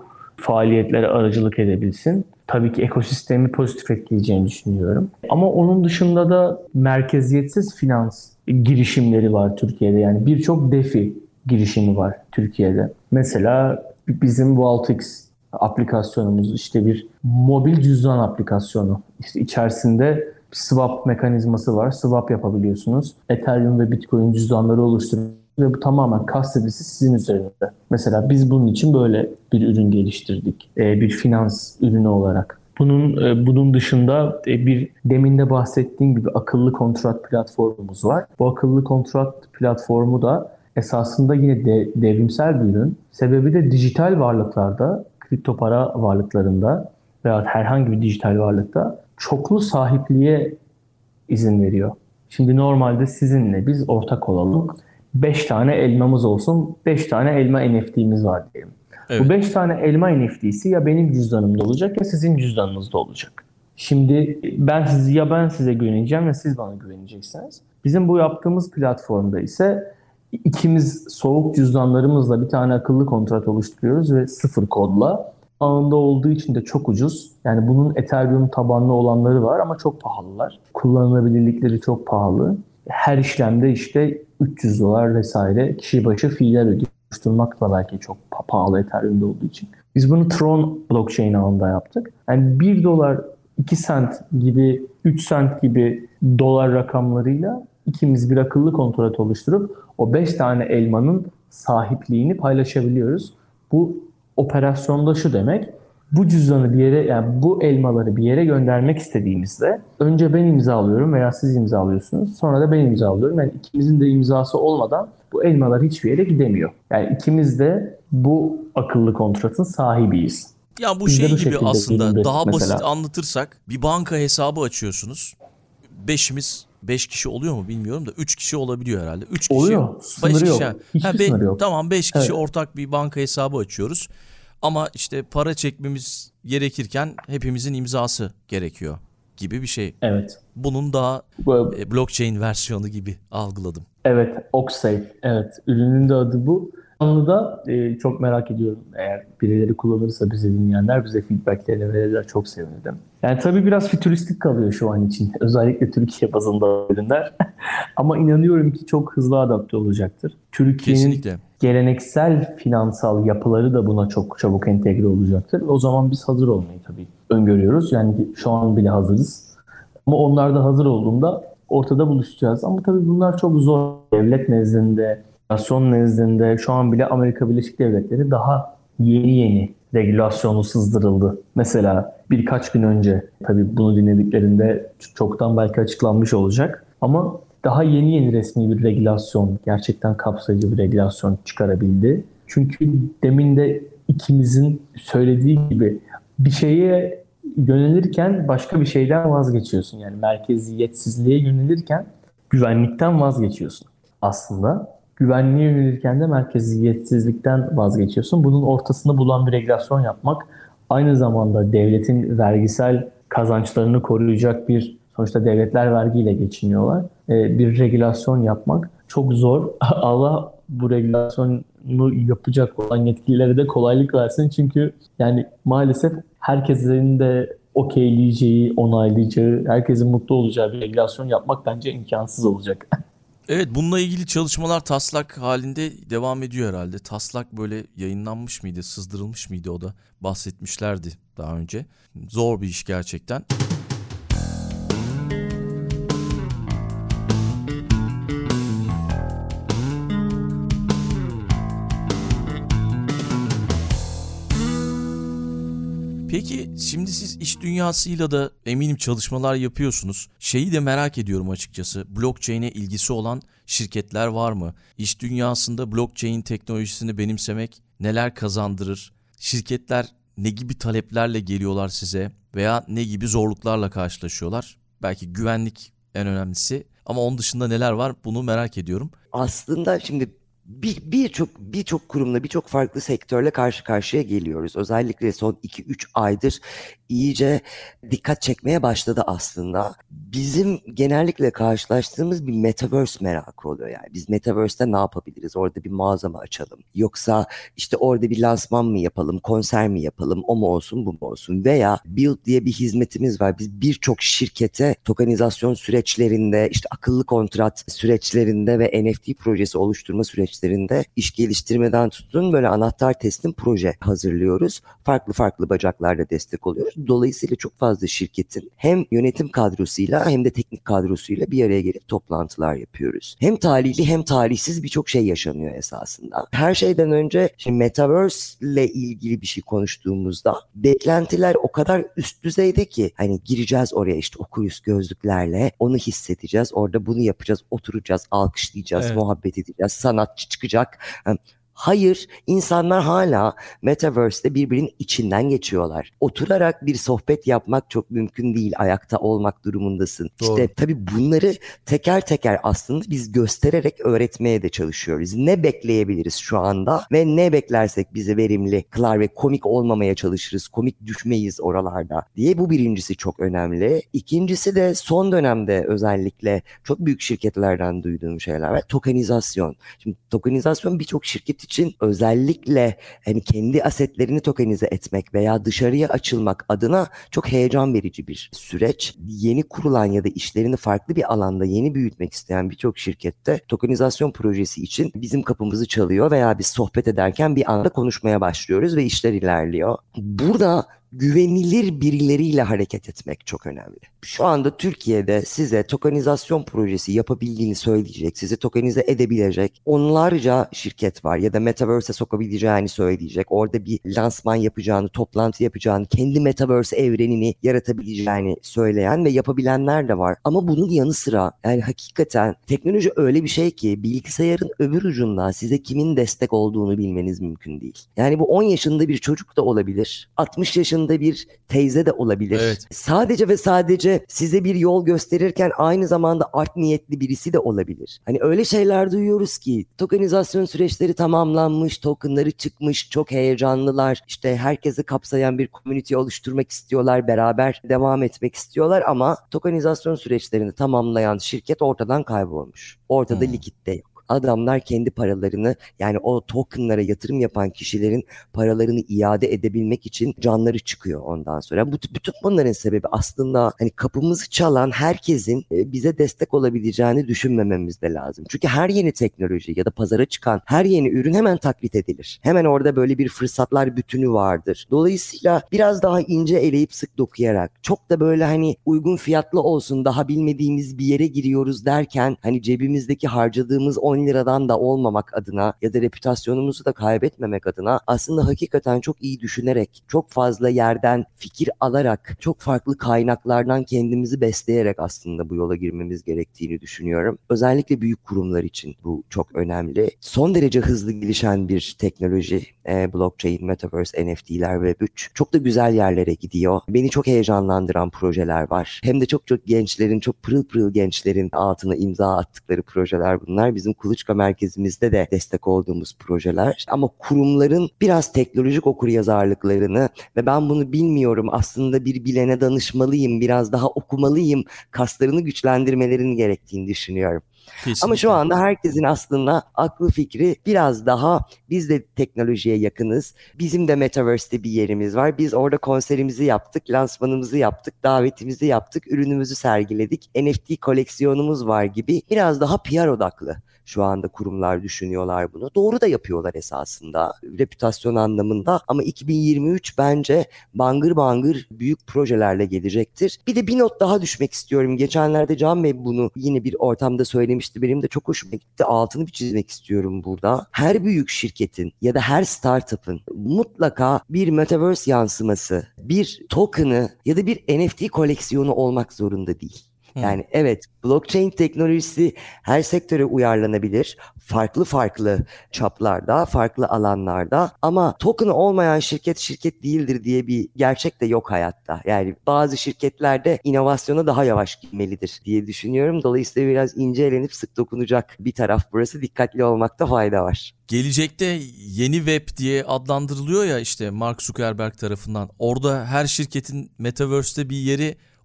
faaliyetlere aracılık edebilsin. Tabii ki ekosistemi pozitif etkileyeceğini düşünüyorum. Ama onun dışında da merkeziyetsiz finans girişimleri var Türkiye'de. Yani birçok DeFi girişimi var Türkiye'de. Mesela bizim Vaultix aplikasyonumuz işte bir mobil cüzdan aplikasyonu. İşte içerisinde swap mekanizması var. Swap yapabiliyorsunuz. Ethereum ve Bitcoin cüzdanları oluşturuyorsunuz ve bu tamamen kastedilisi sizin üzerinizde. Mesela biz bunun için böyle bir ürün geliştirdik. Ee, bir finans ürünü olarak. Bunun e, bunun dışında e, bir demin de bahsettiğim gibi akıllı kontrat platformumuz var. Bu akıllı kontrat platformu da esasında yine de, devrimsel bir ürün. Sebebi de dijital varlıklarda, kripto para varlıklarında veya herhangi bir dijital varlıkta çoklu sahipliğe izin veriyor. Şimdi normalde sizinle biz ortak olalım. beş tane elmamız olsun. beş tane elma N F T'miz var diyelim. Evet. Bu beş tane elma N F T'si ya benim cüzdanımda olacak ya sizin cüzdanınızda olacak. Şimdi ben sizi ya ben size güveneceğim ya siz bana güveneceksiniz. Bizim bu yaptığımız platformda ise ikimiz soğuk cüzdanlarımızla bir tane akıllı kontrat oluşturuyoruz ve sıfır kodla. Ağında olduğu için de çok ucuz. Yani bunun Ethereum tabanlı olanları var ama çok pahalılar. Kullanılabilirlikleri çok pahalı. Her işlemde işte üç yüz dolar vesaire kişi başı fiiller ödüyor. Oluşturmak da belki çok pahalı Ethereum'da olduğu için. Biz bunu Tron blockchain ağında yaptık. Yani bir dolar, iki sent gibi, üç sent gibi dolar rakamlarıyla ikimiz bir akıllı kontrat oluşturup o beş tane elmanın sahipliğini paylaşabiliyoruz. Bu operasyonda şu demek, bu cüzdanı bir yere, yani bu elmaları bir yere göndermek istediğimizde önce ben imzalıyorum veya siz imzalıyorsunuz, sonra da ben imzalıyorum. Yani ikimizin de imzası olmadan bu elmalar hiçbir yere gidemiyor. Yani ikimiz de bu akıllı kontratın sahibiyiz. Ya bu Biz şey bu gibi aslında daha mesela. Basit anlatırsak bir banka hesabı açıyorsunuz. Beşimiz beş kişi oluyor mu bilmiyorum da üç kişi olabiliyor herhalde. Üç kişi. Oluyor. Sınırı yok. Kişi. Hiçbir ha, be, sınırı yok. Tamam beş kişi Evet. ortak bir banka hesabı açıyoruz. Ama işte para çekmemiz gerekirken hepimizin imzası gerekiyor gibi bir şey. Evet. Bunun daha Bu, e, blockchain versiyonu gibi algıladım. Evet, Oxsafe. Evet, ürünün de adı bu. Anlı'da e, çok merak ediyorum. Eğer birileri kullanırsa bizi dinleyenler bize feedbacklerini verirler. Çok sevinirim. Yani tabii biraz fütüristik kalıyor şu an için. Özellikle Türkiye bazında ürünler. Ama inanıyorum ki çok hızlı adapte olacaktır. Türkiye'nin Kesinlikle. geleneksel finansal yapıları da buna çok çabuk entegre olacaktır. O zaman biz hazır olmayı tabii öngörüyoruz. Yani şu an bile hazırız. Ama onlar da hazır olduğunda ortada buluşacağız. Ama tabii bunlar çok zor. Devlet nezdinde, nasyon nezdinde şu an bile Amerika Birleşik Devletleri daha yeni yeni regülasyonu sızdırıldı. Mesela birkaç gün önce, tabii bunu dinlediklerinde çoktan belki açıklanmış olacak. Ama daha yeni yeni resmi bir regülasyon, gerçekten kapsayıcı bir regülasyon çıkarabildi. Çünkü demin de ikimizin söylediği gibi bir şeye yönelirken başka bir şeyden vazgeçiyorsun. Yani merkeziyetsizliğe yönelirken güvenlikten vazgeçiyorsun aslında. Güvenliğe yönelirken de merkeziyetsizlikten vazgeçiyorsun. Bunun ortasını bulan bir regülasyon yapmak, aynı zamanda devletin vergisel kazançlarını koruyacak bir, sonuçta devletler vergiyle geçiniyorlar, bir regülasyon yapmak çok zor. Allah bu regülasyonu yapacak olan yetkililere de kolaylık versin. Çünkü yani maalesef herkesin de okeyleyeceği, onaylayacağı, herkesin mutlu olacağı bir regülasyon yapmak bence imkansız olacak. Evet, bununla ilgili çalışmalar taslak halinde devam ediyor herhalde. Taslak böyle yayınlanmış mıydı, sızdırılmış mıydı, o da bahsetmişlerdi daha önce. Zor bir iş gerçekten. Peki şimdi siz iş dünyasıyla da eminim çalışmalar yapıyorsunuz. Şeyi de merak ediyorum açıkçası. Blockchain'e ilgisi olan şirketler var mı? İş dünyasında blockchain teknolojisini benimsemek neler kazandırır? Şirketler ne gibi taleplerle geliyorlar size veya ne gibi zorluklarla karşılaşıyorlar? Belki güvenlik en önemlisi ama onun dışında neler var, bunu merak ediyorum. Aslında şimdi bir birçok birçok kurumla, birçok farklı sektörle karşı karşıya geliyoruz. Özellikle son iki üç aydır iyice dikkat çekmeye başladı aslında. bizim genellikle karşılaştığımız bir metaverse merakı oluyor yani. Biz metaverse'te ne yapabiliriz? Orada bir mağaza mı açalım? Yoksa işte orada bir lansman mı yapalım? Konser mi yapalım? O mu olsun, bu mu olsun? Veya Build diye bir hizmetimiz var. Biz birçok şirkete tokenizasyon süreçlerinde, işte akıllı kontrat süreçlerinde ve N F T projesi oluşturma süreçlerinde iş geliştirmeden tutun böyle anahtar teslim proje hazırlıyoruz. Farklı farklı bacaklarda destek oluyoruz. Dolayısıyla çok fazla şirketin hem yönetim kadrosuyla hem de teknik kadrosuyla bir araya gelip toplantılar yapıyoruz. Hem talihli hem talihsiz birçok şey yaşanıyor esasında. Her şeyden önce şimdi Metaverse ile ilgili bir şey konuştuğumuzda beklentiler o kadar üst düzeyde ki hani gireceğiz oraya işte okuyuz gözlüklerle, onu hissedeceğiz, orada bunu yapacağız, oturacağız, alkışlayacağız, Evet. muhabbet edeceğiz, sanatçı çıkacak. Yani hayır, insanlar hala Metaverse'de birbirinin içinden geçiyorlar. Oturarak bir sohbet yapmak çok mümkün değil. Ayakta olmak durumundasın. Doğru. İşte tabii bunları teker teker aslında biz göstererek öğretmeye de çalışıyoruz. Ne bekleyebiliriz şu anda ve ne beklersek bizi verimli kılar ve komik olmamaya çalışırız. Komik düşmeyiz oralarda diye, bu birincisi çok önemli. İkincisi de son dönemde özellikle çok büyük şirketlerden duyduğum şeyler var. Tokenizasyon. Şimdi tokenizasyon birçok şirket için özellikle hani kendi asetlerini tokenize etmek veya dışarıya açılmak adına çok heyecan verici bir süreç. Yeni kurulan ya da işlerini farklı bir alanda yeni büyütmek isteyen birçok şirkette tokenizasyon projesi için bizim kapımızı çalıyor veya biz sohbet ederken bir anda konuşmaya başlıyoruz ve işler ilerliyor. Burada güvenilir birileriyle hareket etmek çok önemli. Şu anda Türkiye'de size tokenizasyon projesi yapabildiğini söyleyecek, sizi tokenize edebilecek onlarca şirket var ya da Metaverse'e sokabileceğini söyleyecek, orada bir lansman yapacağını, toplantı yapacağını, kendi Metaverse evrenini yaratabileceğini söyleyen ve yapabilenler de var. Ama bunun yanı sıra yani hakikaten teknoloji öyle bir şey ki bilgisayarın öbür ucundan size kimin destek olduğunu bilmeniz mümkün değil. Yani bu on yaşında bir çocuk da olabilir, altmış yaşında bir teyze de olabilir. Evet. Sadece ve sadece size bir yol gösterirken aynı zamanda art niyetli birisi de olabilir. Hani öyle şeyler duyuyoruz ki tokenizasyon süreçleri tamamlanmış, tokenları çıkmış, çok heyecanlılar. İşte herkesi kapsayan bir community oluşturmak istiyorlar, beraber devam etmek istiyorlar ama tokenizasyon süreçlerini tamamlayan şirket ortadan kaybolmuş. Ortada Hmm. likit de yok. Adamlar kendi paralarını, yani o tokenlara yatırım yapan kişilerin paralarını iade edebilmek için canları çıkıyor ondan sonra. Bu, bütün bunların sebebi aslında hani kapımızı çalan herkesin bize destek olabileceğini düşünmememiz de lazım. Çünkü her yeni teknoloji ya da pazara çıkan her yeni ürün hemen taklit edilir. Hemen orada böyle bir fırsatlar bütünü vardır. Dolayısıyla biraz daha ince eleyip sık dokuyarak, çok da böyle hani uygun fiyatlı olsun, daha bilmediğimiz bir yere giriyoruz derken hani cebimizdeki harcadığımız on liradan da olmamak adına ya da reputasyonumuzu da kaybetmemek adına aslında hakikaten çok iyi düşünerek, çok fazla yerden fikir alarak, çok farklı kaynaklardan kendimizi besleyerek aslında bu yola girmemiz gerektiğini düşünüyorum. Özellikle büyük kurumlar için bu çok önemli. Son derece hızlı gelişen bir teknoloji. E, blockchain, Metaverse, N F T'ler ve Web üç çok da güzel yerlere gidiyor. Beni çok heyecanlandıran projeler var. Hem de çok çok gençlerin, çok pırıl pırıl gençlerin altına imza attıkları projeler bunlar. Bizim Kuluçka merkezimizde de destek olduğumuz projeler. Ama kurumların biraz teknolojik okuryazarlıklarını ve ben bunu bilmiyorum, aslında bir bilene danışmalıyım, biraz daha okumalıyım kaslarını güçlendirmelerini gerektiğini düşünüyorum. Kesinlikle. Ama şu anda herkesin aslında aklı fikri biraz daha biz de teknolojiye yakınız. Bizim de Metaverse'te bir yerimiz var. Biz orada konserimizi yaptık, lansmanımızı yaptık, davetimizi yaptık, ürünümüzü sergiledik. N F T koleksiyonumuz var gibi biraz daha P R odaklı şu anda kurumlar düşünüyorlar bunu. Doğru da yapıyorlar esasında reputasyon anlamında ama iki bin yirmi üç bence bangır bangır büyük projelerle gelecektir. Bir de bir not daha düşmek istiyorum. Geçenlerde Can Bey bunu yine bir ortamda söylemişti. Benim de çok hoşuma gitti. Altını bir çizmek istiyorum burada. Her büyük şirketin ya da her startup'ın mutlaka bir Metaverse yansıması, bir token'ı ya da bir N F T koleksiyonu olmak zorunda değil. Yani evet, blockchain teknolojisi her sektöre uyarlanabilir. Farklı farklı çaplarda, farklı alanlarda ama token'ı olmayan şirket şirket değildir diye bir gerçek de yok hayatta. Yani bazı şirketlerde inovasyona daha yavaş gitmelidir diye düşünüyorum. Dolayısıyla biraz ince elenip sık dokunacak bir taraf burası. Dikkatli olmakta fayda var. Gelecekte yeni web diye adlandırılıyor ya işte Mark Zuckerberg tarafından. Orada her şirketin Metaverse'te bir yeri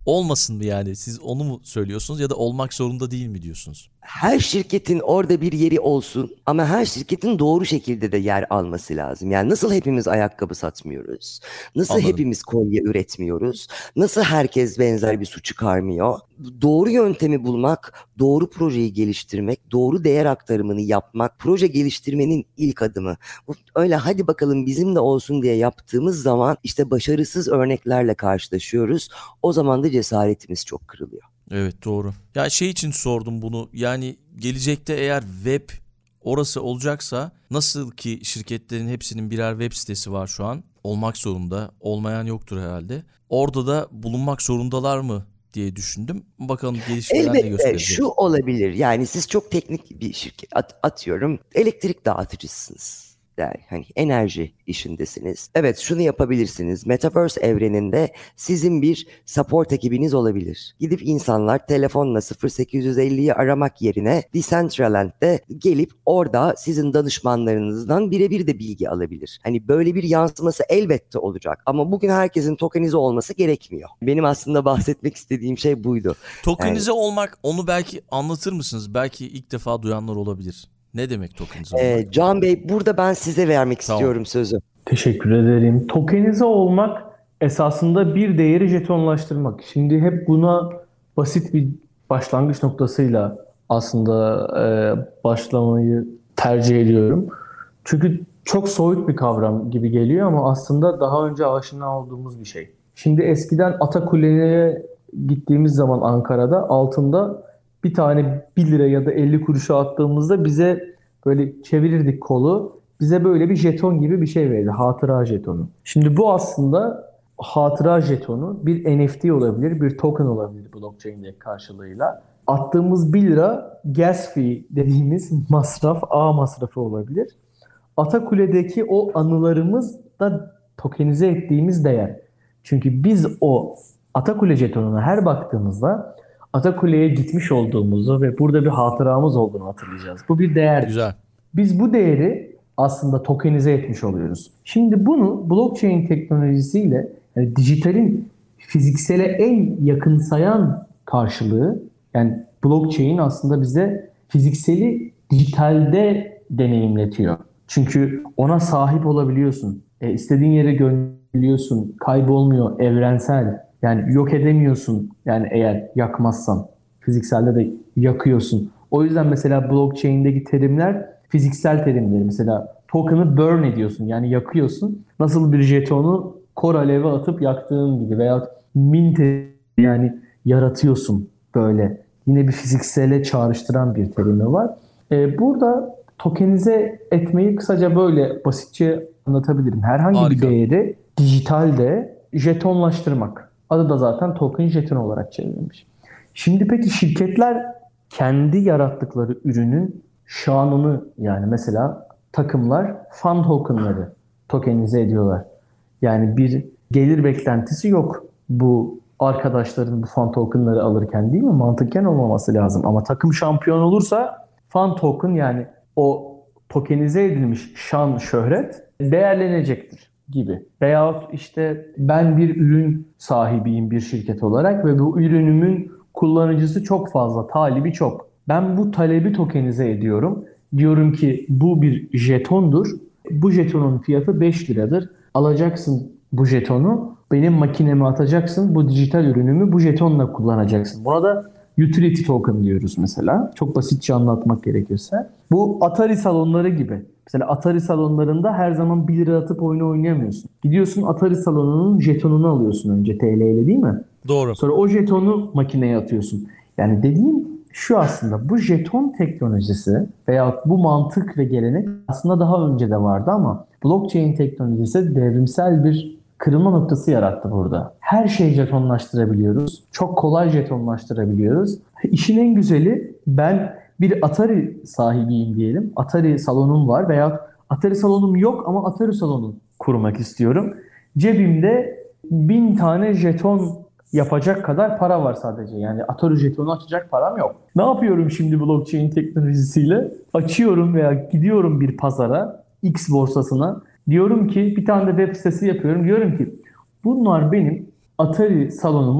olmasın mı yani? Siz onu mu söylüyorsunuz ya da olmak zorunda değil mi diyorsunuz? Her şirketin orada bir yeri olsun ama her şirketin doğru şekilde de yer alması lazım. Yani nasıl hepimiz ayakkabı satmıyoruz? Nasıl Anladım. hepimiz kolye üretmiyoruz? Nasıl herkes benzer bir su çıkarmıyor? Doğru yöntemi bulmak, doğru projeyi geliştirmek, doğru değer aktarımını yapmak, proje geliştirmenin ilk adımı. Öyle hadi bakalım bizim de olsun diye yaptığımız zaman işte başarısız örneklerle karşılaşıyoruz. O zaman da cesaretimiz çok kırılıyor. Evet, doğru. Ya şey için sordum bunu. Yani gelecekte eğer web orası olacaksa, nasıl ki şirketlerin hepsinin birer web sitesi var şu an. Olmak zorunda. Olmayan yoktur herhalde. Orada da bulunmak zorundalar mı diye düşündüm. Bakalım gelişmeler ne Elbette gösterecek. şu olabilir. Yani siz çok teknik bir şirket at- atıyorum elektrik dağıtıcısınız. Yani hani enerji işindesiniz. Evet, şunu yapabilirsiniz. Metaverse evreninde sizin bir support ekibiniz olabilir. Gidip insanlar telefonla sıfır sekiz elliyi aramak yerine Decentraland'de gelip orada sizin danışmanlarınızdan birebir de bilgi alabilir. Hani böyle bir yansıması elbette olacak. Ama bugün herkesin tokenize olması gerekmiyor. Benim aslında bahsetmek istediğim şey buydu. Tokenize olmak, onu belki anlatır mısınız? Belki ilk defa duyanlar olabilir. Ne demek tokenize olmak? Ee, Can Bey, burada ben size vermek Tamam. istiyorum sözü. Teşekkür ederim. Tokenize olmak esasında bir değeri jetonlaştırmak. Şimdi hep buna basit bir başlangıç noktasıyla aslında e, başlamayı tercih ediyorum. Çünkü çok soyut bir kavram gibi geliyor ama aslında daha önce aşina olduğumuz bir şey. Şimdi eskiden Atakule'ye gittiğimiz zaman Ankara'da altında bir tane bir lira ya da elli kuruşa attığımızda bize böyle çevirirdik kolu. Bize böyle bir jeton gibi bir şey verdi. Hatıra jetonu. Şimdi bu aslında hatıra jetonu bir N F T olabilir, bir token olabilir blockchain'de karşılığıyla. Attığımız bir lira gas fee dediğimiz masraf, ağ masrafı olabilir. Atakule'deki o anılarımız da tokenize ettiğimiz değer. Çünkü biz o Atakule jetonuna her baktığımızda Atakule'ye gitmiş olduğumuzu ve burada bir hatıramız olduğunu hatırlayacağız. Bu bir değer. Güzel. Biz bu değeri aslında tokenize etmiş oluyoruz. Şimdi bunu blockchain teknolojisiyle, yani dijitalin fiziksele en yakınsayan karşılığı, yani blockchain aslında bize fizikseli dijitalde deneyimletiyor. Çünkü ona sahip olabiliyorsun. E, istediğin yere gönderiyorsun. Kaybolmuyor. Evrensel. Yani yok edemiyorsun. Yani eğer yakmazsan. Fizikselde de yakıyorsun. O yüzden mesela blockchain'deki terimler fiziksel terimleri. Mesela token'ı burn ediyorsun. Yani yakıyorsun. Nasıl bir jetonu kor alevi atıp yaktığın gibi. Veya mint yani yaratıyorsun böyle. Yine bir fiziksele çağrıştıran bir terimi var. Ee, burada tokenize etmeyi kısaca böyle basitçe anlatabilirim. Herhangi Harika. bir değeri dijitalde jetonlaştırmak. Adı da zaten token jeton olarak çevrilmiş. Şimdi peki şirketler kendi yarattıkları ürünün şanını, yani mesela takımlar fan tokenları tokenize ediyorlar. Yani bir gelir beklentisi yok bu arkadaşların bu fan tokenları alırken, değil mi? Mantıken olmaması lazım. Ama takım şampiyon olursa fan token, yani o tokenize edilmiş şan, şöhret değerlenecektir gibi. Veyahut işte ben bir ürün sahibiyim bir şirket olarak ve bu ürünümün kullanıcısı çok fazla, talebi çok. Ben bu talebi tokenize ediyorum. Diyorum ki bu bir jetondur. Bu jetonun fiyatı beş liradır. Alacaksın bu jetonu, benim makineme atacaksın, bu dijital ürünümü bu jetonla kullanacaksın. Buna da utility token diyoruz mesela. Çok basitçe anlatmak gerekirse. Bu Atari salonları gibi. Mesela Atari salonlarında her zaman bir lira atıp oyunu oynayamıyorsun. Gidiyorsun Atari salonunun jetonunu alıyorsun önce T L ile, değil mi? Doğru. Sonra o jetonu makineye atıyorsun. Yani dediğim şu, aslında bu jeton teknolojisi veya bu mantık ve gelenek aslında daha önce de vardı ama blockchain teknolojisi devrimsel bir kırılma noktası yarattı burada. Her şeyi jetonlaştırabiliyoruz. Çok kolay jetonlaştırabiliyoruz. İşin en güzeli, ben bir Atari sahibiyim diyelim. Atari salonum var veya Atari salonum yok ama Atari salonu kurmak istiyorum. Cebimde bin tane jeton yapacak kadar para var sadece. Yani Atari jetonu açacak param yok. Ne yapıyorum şimdi blockchain teknolojisiyle? Açıyorum veya gidiyorum bir pazara, X borsasına. Diyorum ki bir tane de web sitesi yapıyorum. Diyorum ki bunlar benim Atari salonumun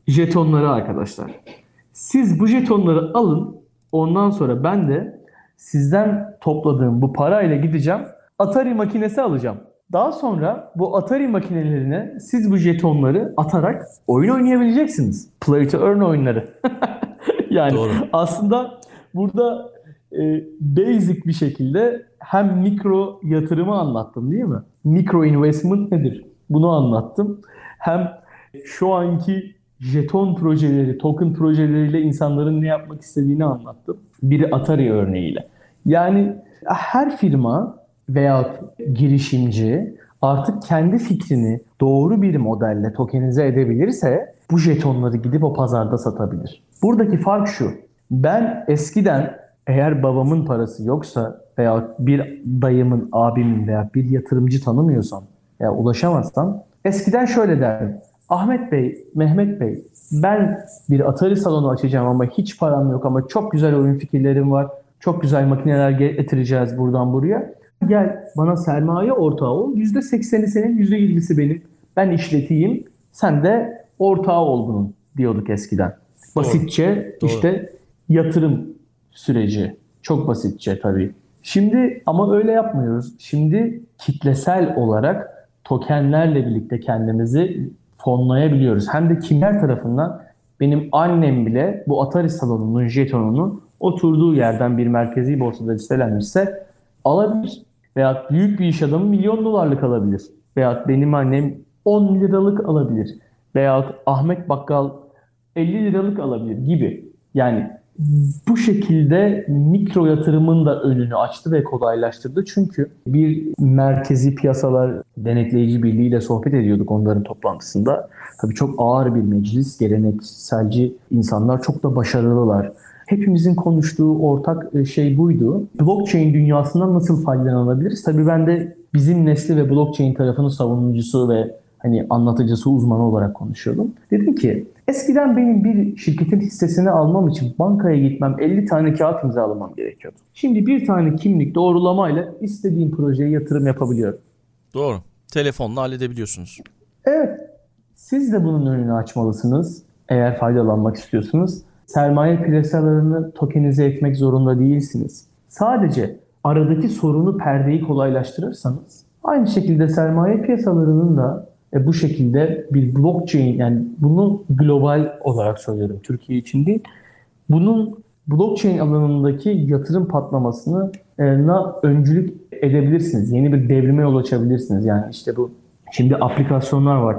jetonları arkadaşlar. Siz bu jetonları alın. Ondan sonra ben de sizden topladığım bu parayla gideceğim. Atari makinesi alacağım. Daha sonra bu Atari makinelerine siz bu jetonları atarak oyun oynayabileceksiniz. Play to earn oyunları. Yani Doğru. aslında burada e, basic bir şekilde hem mikro yatırımı anlattım değil mi? Mikro investment nedir? Bunu anlattım. Hem şu anki jeton projeleri, token projeleriyle insanların ne yapmak istediğini anlattım. Biri Atari örneğiyle. Yani her firma veya girişimci artık kendi fikrini doğru bir modelle tokenize edebilirse bu jetonları gidip o pazarda satabilir. Buradaki fark şu. Ben eskiden eğer babamın parası yoksa veya bir dayımın, abimin veya bir yatırımcı tanımıyorsam veya ulaşamazsam eskiden şöyle derdim. Ahmet Bey, Mehmet Bey, ben bir Atari salonu açacağım ama hiç param yok ama çok güzel oyun fikirlerim var. Çok güzel makineler getireceğiz buradan buraya. Gel bana sermaye ortağı ol. yüzde sekseni senin, yüzde yirmisi benim. Ben işleteyim, sen de ortağı ol bunun diyorduk eskiden. Basitçe Doğru. işte yatırım süreci. Çok basitçe tabii. Şimdi ama öyle yapmıyoruz. Şimdi kitlesel olarak tokenlerle birlikte kendimizi fonlayabiliyoruz. Hem de kimler tarafından? Benim annem bile bu Atari salonunun jetonunu oturduğu yerden bir merkezi borsada listelenmişse alabilir. Veya büyük bir iş adamı milyon dolarlık alabilir. Veya benim annem on liralık alabilir. Veya Ahmet Bakkal elli liralık alabilir gibi. Yani bu şekilde mikro yatırımın da önünü açtı ve kolaylaştırdı. Çünkü bir merkezi piyasalar denetleyici birliğiyle sohbet ediyorduk onların toplantısında. Tabii çok ağır bir meclis, gelenekselci insanlar, çok da başarılılar. Hepimizin konuştuğu ortak şey buydu. Blockchain dünyasından nasıl faydalanabiliriz? Tabii ben de bizim nesli ve blockchain tarafının savunucusu ve hani anlatıcısı, uzmanı olarak konuşuyordum. Dedim ki eskiden benim bir şirketin hissesini almam için bankaya gitmem, elli tane kağıt imzalamam gerekiyordu. Şimdi bir tane kimlik doğrulamayla istediğim projeye yatırım yapabiliyorum. Doğru. Telefonla halledebiliyorsunuz. Evet. Siz de bunun önünü açmalısınız eğer faydalanmak istiyorsunuz. Sermaye piyasalarını tokenize etmek zorunda değilsiniz. Sadece aradaki sorunu, perdeyi kolaylaştırırsanız aynı şekilde sermaye piyasalarının da e, bu şekilde bir blockchain, yani bunu global olarak söylüyorum, Türkiye için değil. Bunun blockchain alanındaki yatırım patlamasını e, na öncülük edebilirsiniz. Yeni bir devrime yol açabilirsiniz. Yani işte bu şimdi aplikasyonlar var.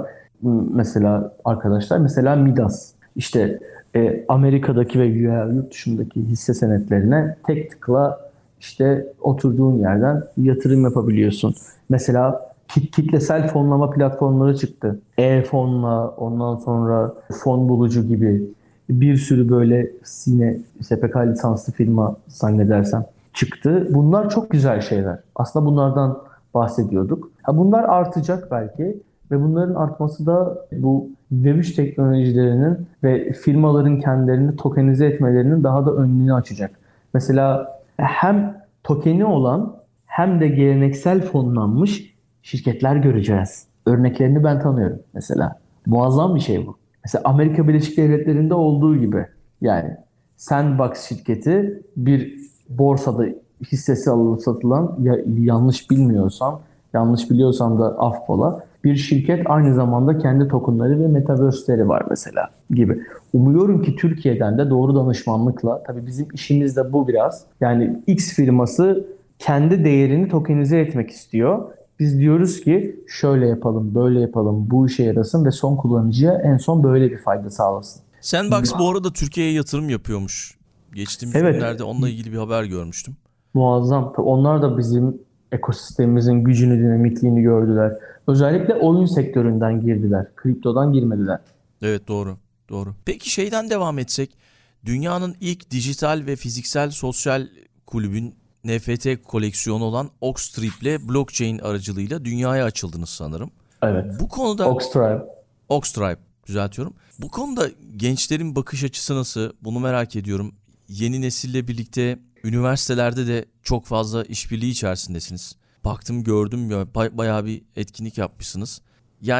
Mesela arkadaşlar, mesela Midas. İşte e, Amerika'daki ve yurt dışındaki hisse senetlerine tek tıkla işte oturduğun yerden yatırım yapabiliyorsun. Mesela kit- kitlesel fonlama platformları çıktı. E-fonla, ondan sonra fon bulucu gibi bir sürü böyle yine S P K lisanslı firma zannedersem çıktı. Bunlar çok güzel şeyler. Aslında bunlardan bahsediyorduk. Ha, bunlar artacak belki. Ve bunların artması da bu Web üç teknolojilerinin ve firmaların kendilerini tokenize etmelerinin daha da önünü açacak. Mesela hem tokeni olan hem de geleneksel fonlanmış şirketler göreceğiz. Örneklerini ben tanıyorum mesela. Muazzam bir şey bu. Mesela Amerika Birleşik Devletleri'nde olduğu gibi. Yani Sandbox şirketi bir borsada hissesi alınıp satılan, ya, yanlış bilmiyorsam, yanlış biliyorsam da affola, bir şirket, aynı zamanda kendi tokenları ve metaverse'leri var mesela gibi. Umuyorum ki Türkiye'den de doğru danışmanlıkla, tabii bizim işimiz de bu biraz. Yani X firması kendi değerini tokenize etmek istiyor. Biz diyoruz ki şöyle yapalım, böyle yapalım, bu işe yarasın ve son kullanıcıya en son böyle bir fayda sağlasın. Sandbox bu arada Türkiye'ye yatırım yapıyormuş. Geçtiğimiz Evet. günlerde onunla ilgili bir haber görmüştüm. Muazzam. Onlar da bizim ekosistemimizin gücünü, dinamikliğini gördüler. Özellikle oyun sektöründen girdiler. Kriptodan girmediler. Evet, doğru. Doğru. Peki şeyden devam etsek. Dünyanın ilk dijital ve fiziksel sosyal kulübün N F T koleksiyonu olan Oxtribe ile blockchain aracılığıyla dünyaya açıldınız sanırım. Evet. Bu konuda Oxtribe. Oxtribe düzeltiyorum. Bu konuda gençlerin bakış açısı nasıl? Bunu merak ediyorum. Yeni nesille birlikte üniversitelerde de çok fazla işbirliği içerisindesiniz. Baktım, gördüm ya, bayağı bir etkinlik yapmışsınız. Yani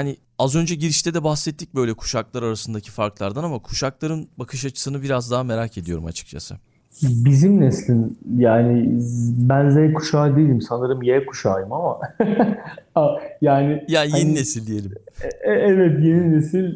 Az önce girişte de bahsettik böyle kuşaklar arasındaki farklardan ama kuşakların bakış açısını biraz daha merak ediyorum açıkçası. Bizim neslin, yani ben Z kuşağı değilim, sanırım Y kuşağıyım ama yani Ya yeni hani, nesil diyelim. e- evet, yeni nesil.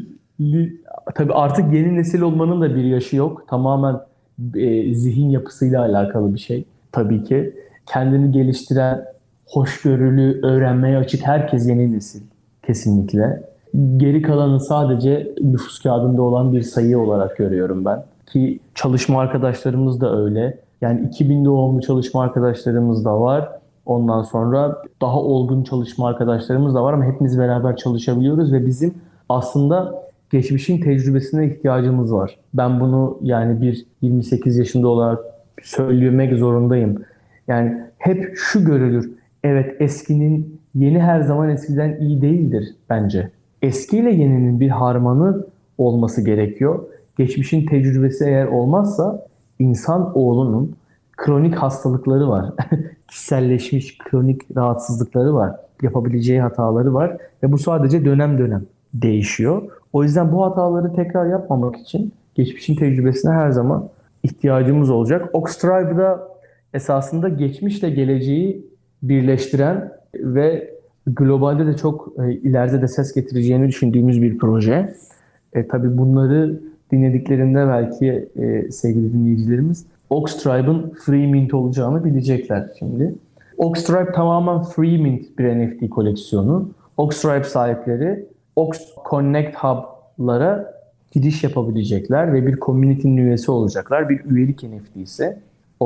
Tabii artık yeni nesil olmanın da bir yaşı yok. Tamamen e, zihin yapısıyla alakalı bir şey. Tabii ki kendini geliştiren, hoşgörülü, öğrenmeye açık herkes yeni nesil. Kesinlikle. Geri kalanı sadece nüfus kağıdında olan bir sayı olarak görüyorum ben. Ki çalışma arkadaşlarımız da öyle. Yani iki bin doğumlu çalışma arkadaşlarımız da var. Ondan sonra daha olgun çalışma arkadaşlarımız da var ama hepimiz beraber çalışabiliyoruz ve bizim aslında geçmişin tecrübesine ihtiyacımız var. Ben bunu yani bir yirmi sekiz yaşında olarak söylemek zorundayım. Yani hep şu görülür. Evet, eskinin yeni her zaman eskiden iyi değildir bence. Eskiyle yeninin bir harmanı olması gerekiyor. Geçmişin tecrübesi eğer olmazsa insan oğlunun kronik hastalıkları var. Kişiselleşmiş kronik rahatsızlıkları var. Yapabileceği hataları var ve bu sadece dönem dönem değişiyor. O yüzden bu hataları tekrar yapmamak için geçmişin tecrübesine her zaman ihtiyacımız olacak. Oxtribe'da esasında geçmişle geleceği birleştiren ve globalde de çok e, ileride de ses getireceğini düşündüğümüz bir proje. E, tabii bunları dinlediklerinde belki e, sevgili dinleyicilerimiz Oxtribe'ın free mint olacağını bilecekler şimdi. Oxtribe tamamen free mint bir N F T koleksiyonu. Oxtribe sahipleri Ox Connect Hub'lara giriş yapabilecekler ve bir community'nin üyesi olacaklar. Bir üyelik N F T ise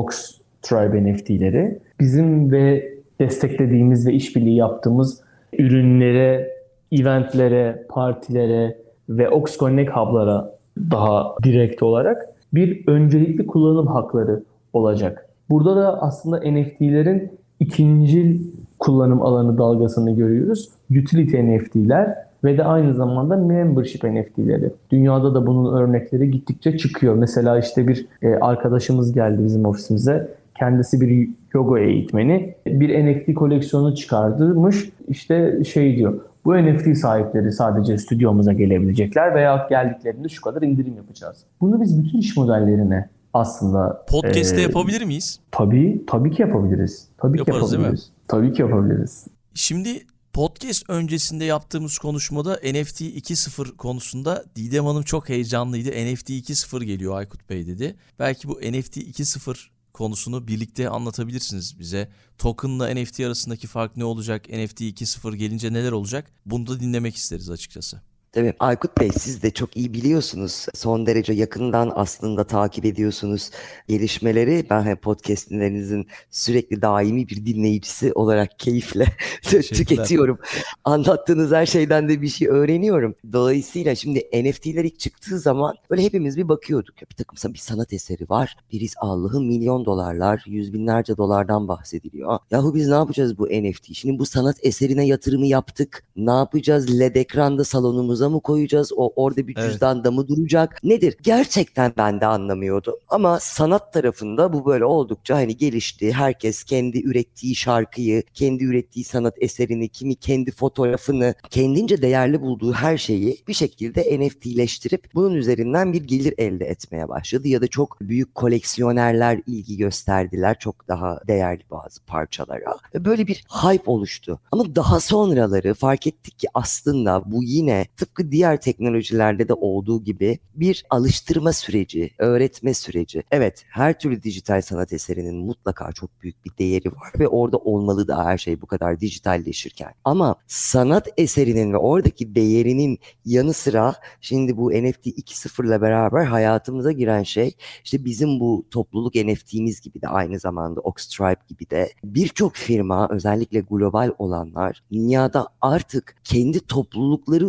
Oxtribe N F T'leri. Bizim ve desteklediğimiz ve işbirliği yaptığımız ürünlere, eventlere, partilere ve Ox Connect Hub'lara daha direkt olarak bir öncelikli kullanım hakları olacak. Burada da aslında N F T'lerin ikincil kullanım alanı dalgasını görüyoruz. Utility N F T'ler ve de aynı zamanda membership N F T'leri. Dünyada da bunun örnekleri gittikçe çıkıyor. Mesela işte bir e, arkadaşımız geldi bizim ofisimize. Kendisi bir yoga eğitmeni. Bir N F T koleksiyonu çıkartmış. İşte şey diyor. Bu N F T sahipleri sadece stüdyomuza gelebilecekler veya geldiklerinde şu kadar indirim yapacağız. Bunu biz bütün iş modellerine aslında Podcast'te e, yapabilir miyiz? Tabii, tabii ki yapabiliriz. Tabii Yaparız, ki yapabiliriz. Tabii ki yapabiliriz. Şimdi podcast öncesinde yaptığımız konuşmada N F T iki nokta sıfır konusunda Didem Hanım çok heyecanlıydı. N F T iki nokta sıfır geliyor Aykut Bey dedi. Belki bu N F T iki nokta sıfır konusunu birlikte anlatabilirsiniz bize. Token'la N F T arasındaki fark ne olacak? N F T iki nokta sıfır gelince neler olacak? Bunu da dinlemek isteriz açıkçası. Tabii Aykut Bey, siz de çok iyi biliyorsunuz. Son derece yakından aslında takip ediyorsunuz gelişmeleri. Ben hem podcastlerinizin sürekli daimi bir dinleyicisi olarak keyifle tüketiyorum. Anlattığınız her şeyden de bir şey öğreniyorum. Dolayısıyla şimdi N F T'ler ilk çıktığı zaman böyle hepimiz bir bakıyorduk. Ya bir takım bir sanat eseri var. Biriz Allah'ın milyon dolarlar, yüz binlerce dolardan bahsediliyor. Yahu biz ne yapacağız bu N F T? Şimdi bu sanat eserine yatırımı yaptık. Ne yapacağız? L E D ekranda salonumuz mı koyacağız? O orada bir cüzdanda evet. mı duracak? Nedir? Gerçekten ben de anlamıyordum. Ama sanat tarafında bu böyle oldukça hani gelişti. Herkes kendi ürettiği şarkıyı, kendi ürettiği sanat eserini, kimi kendi fotoğrafını, kendince değerli bulduğu her şeyi bir şekilde N F T'leştirip bunun üzerinden bir gelir elde etmeye başladı. Ya da çok büyük koleksiyonerler ilgi gösterdiler. Çok daha değerli bazı parçalara. Böyle bir hype oluştu. Ama daha sonraları fark ettik ki aslında bu yine tıpkı diğer teknolojilerde de olduğu gibi bir alıştırma süreci, öğretme süreci. Evet, her türlü dijital sanat eserinin mutlaka çok büyük bir değeri var ve orada olmalı da her şey bu kadar dijitalleşirken. Ama sanat eserinin ve oradaki değerinin yanı sıra şimdi bu N F T iki nokta sıfır ile beraber hayatımıza giren şey işte bizim bu topluluk N F T'miz gibi de aynı zamanda Oxtribe gibi de birçok firma, özellikle global olanlar dünyada artık kendi toplulukları üzerinden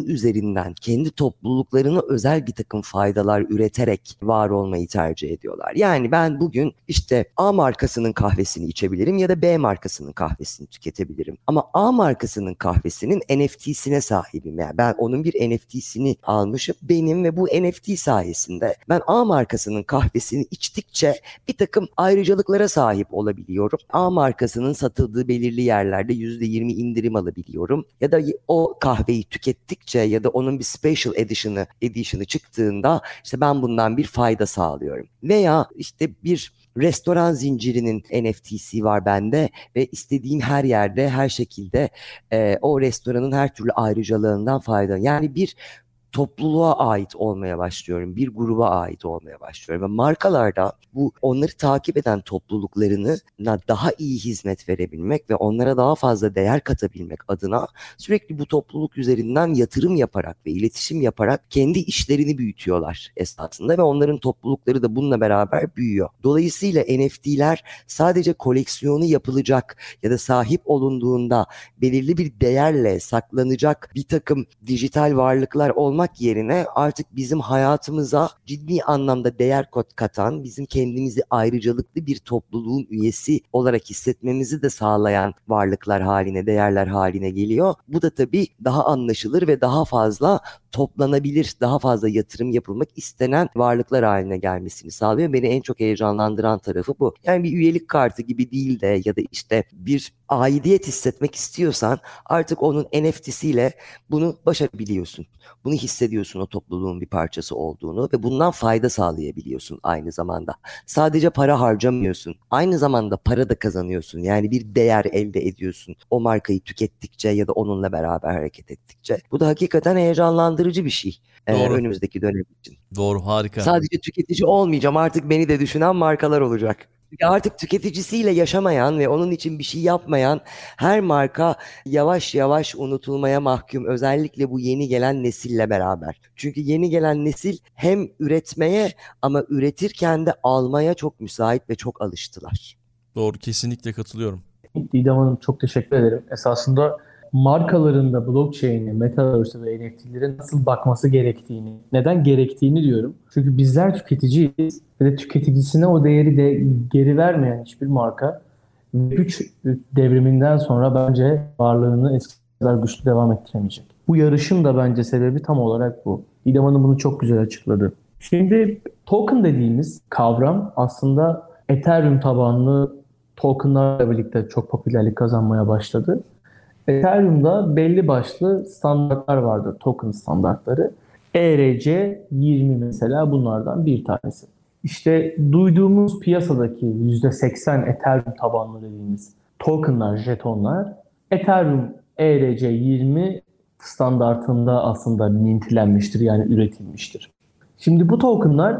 üzerinden kendi topluluklarına özel bir takım faydalar üreterek var olmayı tercih ediyorlar. Yani ben bugün işte A markasının kahvesini içebilirim ya da B markasının kahvesini tüketebilirim. Ama A markasının kahvesinin N F T'sine sahibim. Yani ben onun bir N F T'sini almışım benim ve bu N F T sayesinde ben A markasının kahvesini içtikçe bir takım ayrıcalıklara sahip olabiliyorum. A markasının satıldığı belirli yerlerde yüzde yirmi indirim alabiliyorum. Ya da o kahveyi tükettikçe ya da onun bir special edition'ı edition'ı çıktığında işte ben bundan bir fayda sağlıyorum. Veya işte bir restoran zincirinin N F T'si var bende ve istediğim her yerde her şekilde e, o restoranın her türlü ayrıcalığından faydalanıyorum. Yani bir topluluğa ait olmaya başlıyorum. Bir gruba ait olmaya başlıyorum. Ve markalarda bu onları takip eden topluluklarına daha iyi hizmet verebilmek ve onlara daha fazla değer katabilmek adına sürekli bu topluluk üzerinden yatırım yaparak ve iletişim yaparak kendi işlerini büyütüyorlar esasında ve onların toplulukları da bununla beraber büyüyor. Dolayısıyla N F T'ler sadece koleksiyonu yapılacak ya da sahip olunduğunda belirli bir değerle saklanacak bir takım dijital varlıklar olmak yerine artık bizim hayatımıza ciddi anlamda değer katan, bizim kendimizi ayrıcalıklı bir topluluğun üyesi olarak hissetmemizi de sağlayan varlıklar haline, değerler haline geliyor. Bu da tabii daha anlaşılır ve daha fazla toplanabilir, daha fazla yatırım yapılmak istenen varlıklar haline gelmesini sağlıyor. Beni en çok heyecanlandıran tarafı bu. Yani bir üyelik kartı gibi değil de ya da işte bir aidiyet hissetmek istiyorsan artık onun N F T'siyle bunu başarabiliyorsun. Bunu hissediyorsun, o topluluğun bir parçası olduğunu ve bundan fayda sağlayabiliyorsun aynı zamanda. Sadece para harcamıyorsun. Aynı zamanda para da kazanıyorsun. Yani bir değer elde ediyorsun. O markayı tükettikçe ya da onunla beraber hareket ettikçe. Bu da hakikaten heyecanlandırıcı bir şey. Ee, önümüzdeki dönem için. Doğru, harika. Sadece tüketici olmayacağım. Artık beni de düşünen markalar olacak. Çünkü artık tüketicisiyle yaşamayan ve onun için bir şey yapmayan her marka yavaş yavaş unutulmaya mahkum. Özellikle bu yeni gelen nesille beraber. Çünkü yeni gelen nesil hem üretmeye ama üretirken de almaya çok müsait ve çok alıştılar. Doğru, kesinlikle katılıyorum. Didem Hanım, çok teşekkür ederim. Esasında markaların da blockchain'e, metaverse'e ve N F T'lere nasıl bakması gerektiğini, neden gerektiğini diyorum. Çünkü bizler tüketiciyiz ve de tüketicisine o değeri de geri vermeyen hiçbir marka güç devriminden sonra bence varlığını eskisi kadar güçlü devam ettiremeyecek. Bu yarışın da bence sebebi tam olarak bu. Didem Hanım bunu çok güzel açıkladı. Şimdi token dediğimiz kavram aslında Ethereum tabanlı tokenlarla birlikte çok popülerlik kazanmaya başladı. Ethereum'da belli başlı standartlar vardır, token standartları. E R C yirmi mesela bunlardan bir tanesi. İşte duyduğumuz piyasadaki yüzde seksen Ethereum tabanlı dediğimiz tokenlar, jetonlar Ethereum E R C yirmi standartında aslında mintlenmiştir, yani üretilmiştir. Şimdi bu tokenlar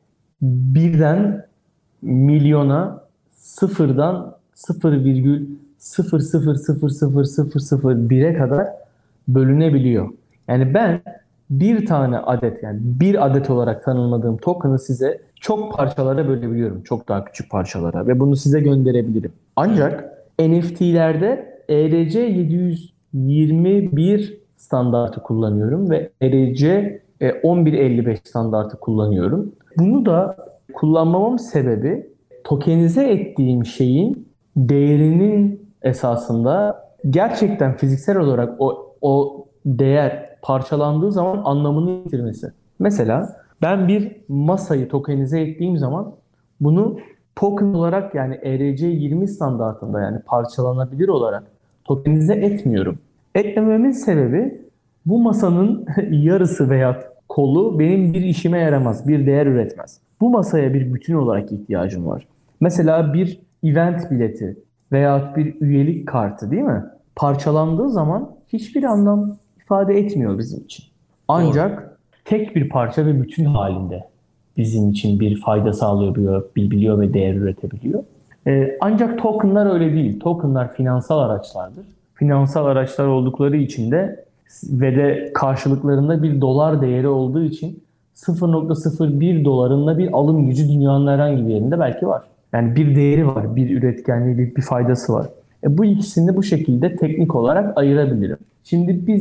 birden milyona, sıfırdan sıfır virgül sıfır sıfır sıfır sıfır sıfır sıfır bire kadar bölünebiliyor. Yani ben bir tane adet, yani bir adet olarak tanımladığım token'ı size çok parçalara bölebiliyorum. Çok daha küçük parçalara ve bunu size gönderebilirim. Ancak N F T'lerde E R C yedi yüz yirmi bir standartı kullanıyorum ve E R C on bir elli beş standartı kullanıyorum. Bunu da kullanmamın sebebi tokenize ettiğim şeyin değerinin esasında gerçekten fiziksel olarak o, o değer parçalandığı zaman anlamını yitirmesi. Mesela ben bir masayı tokenize ettiğim zaman bunu token olarak, yani E R C yirmi standartında, yani parçalanabilir olarak tokenize etmiyorum. Etmememin sebebi bu masanın yarısı veya kolu benim bir işime yaramaz, bir değer üretmez. Bu masaya bir bütün olarak ihtiyacım var. Mesela bir event bileti veya bir üyelik kartı, değil mi? Parçalandığı zaman hiçbir anlam ifade etmiyor bizim için. Ancak Doğru. tek bir parça ve bütün halinde bizim için bir fayda sağlayabiliyor, biliyor ve değer üretebiliyor. Ee, ancak tokenlar öyle değil. Tokenlar finansal araçlardır. Finansal araçlar oldukları için de ve de karşılıklarında bir dolar değeri olduğu için sıfır nokta sıfır bir dolarında bir alım gücü dünyanın herhangi bir yerinde belki var. Yani bir değeri var, bir üretkenliği, bir, bir faydası var. E bu ikisini bu şekilde teknik olarak ayırabilirim. Şimdi biz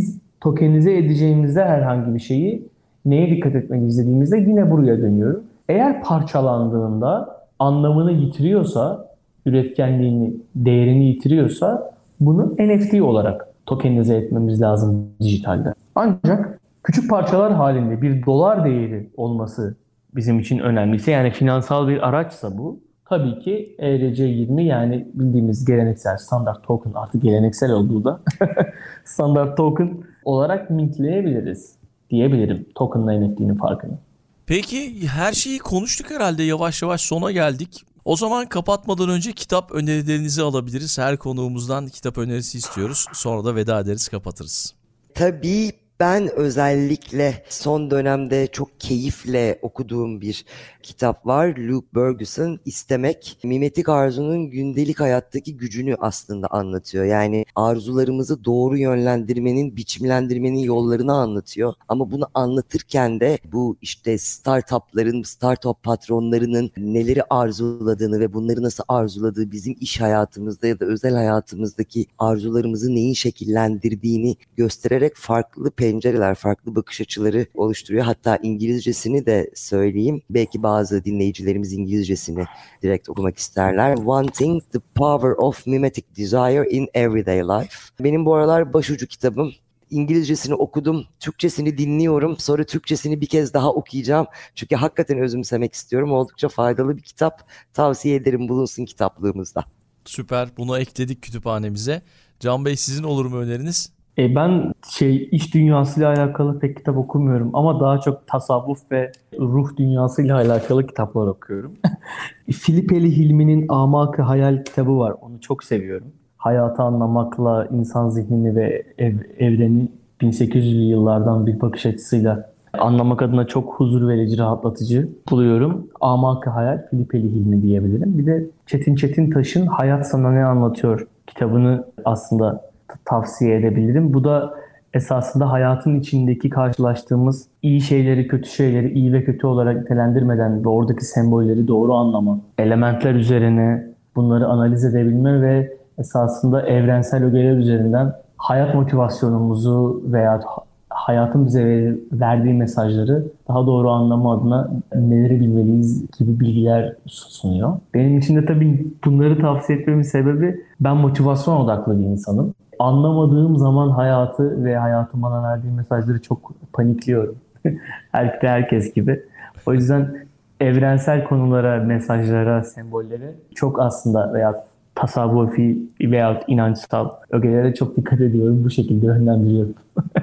tokenize edeceğimizde herhangi bir şeyi neye dikkat etmek istediğimizde yine buraya dönüyorum. Eğer parçalandığında anlamını yitiriyorsa, üretkenliğini, değerini yitiriyorsa bunu N F T olarak tokenize etmemiz lazım dijitalde. Ancak küçük parçalar halinde bir dolar değeri olması bizim için önemliyse, yani finansal bir araçsa bu, tabii ki E R C yirmi, yani bildiğimiz geleneksel standart token, artık geleneksel olduğu da standart token olarak mintleyebiliriz diyebilirim tokenla N F T'nin farkını. Peki her şeyi konuştuk herhalde, yavaş yavaş sona geldik. O zaman kapatmadan önce kitap önerilerinizi alabiliriz. Her konuğumuzdan kitap önerisi istiyoruz. Sonra da veda ederiz, kapatırız. Tabii ben özellikle son dönemde çok keyifle okuduğum bir kitap var. Luke Burgus'un İstemek, mimetik arzunun gündelik hayattaki gücünü aslında anlatıyor. Yani arzularımızı doğru yönlendirmenin, biçimlendirmenin yollarını anlatıyor. Ama bunu anlatırken de bu işte startupların, startup patronlarının neleri arzuladığını ve bunları nasıl arzuladığı, bizim iş hayatımızda ya da özel hayatımızdaki arzularımızı neyin şekillendirdiğini göstererek farklı pencereler, farklı bakış açıları oluşturuyor. Hatta İngilizcesini de söyleyeyim. Belki bazı dinleyicilerimiz İngilizcesini direkt okumak isterler. Wanting the Power of Mimetic Desire in Everyday Life. Benim bu aralar başucu kitabım. İngilizcesini okudum, Türkçesini dinliyorum. Sonra Türkçesini bir kez daha okuyacağım. Çünkü hakikaten özümsemek istiyorum. Oldukça faydalı bir kitap. Tavsiye ederim, bulunsun kitaplığımızda. Süper. Bunu ekledik kütüphanemize. Can Bey, sizin olur mu öneriniz? E ben şey iş dünyasıyla alakalı pek kitap okumuyorum ama daha çok tasavvuf ve ruh dünyasıyla alakalı kitaplar okuyorum. Filipeli Hilmi'nin Amak-ı Hayal kitabı var. Onu çok seviyorum. Hayatı anlamakla insan zihnini ve ev, evreni bin sekiz yüzlü yıllardan bir bakış açısıyla anlamak adına çok huzur verici, rahatlatıcı buluyorum. Amak-ı Hayal, Filipeli Hilmi diyebilirim. Bir de Çetin Çetintaş'ın Hayat Sana Ne Anlatıyor kitabını aslında tavsiye edebilirim. Bu da esasında hayatın içindeki karşılaştığımız iyi şeyleri, kötü şeyleri iyi ve kötü olarak nitelendirmeden ve oradaki sembolleri doğru anlama, elementler üzerine bunları analiz edebilme ve esasında evrensel ögeler üzerinden hayat motivasyonumuzu veya hayatın bize verdiği mesajları daha doğru anlama adına neleri bilmeliyiz gibi bilgiler sunuyor. Benim için de tabii bunları tavsiye etmemin sebebi, ben motivasyon odaklı bir insanım. Anlamadığım zaman hayatı ve hayatın bana verdiği mesajları çok panikliyorum. Her, herkes gibi. O yüzden evrensel konulara, mesajlara, sembollere çok aslında veya tasavvufi veya inançsal ögelere çok dikkat ediyorum. Bu şekilde yönlendiriyorum.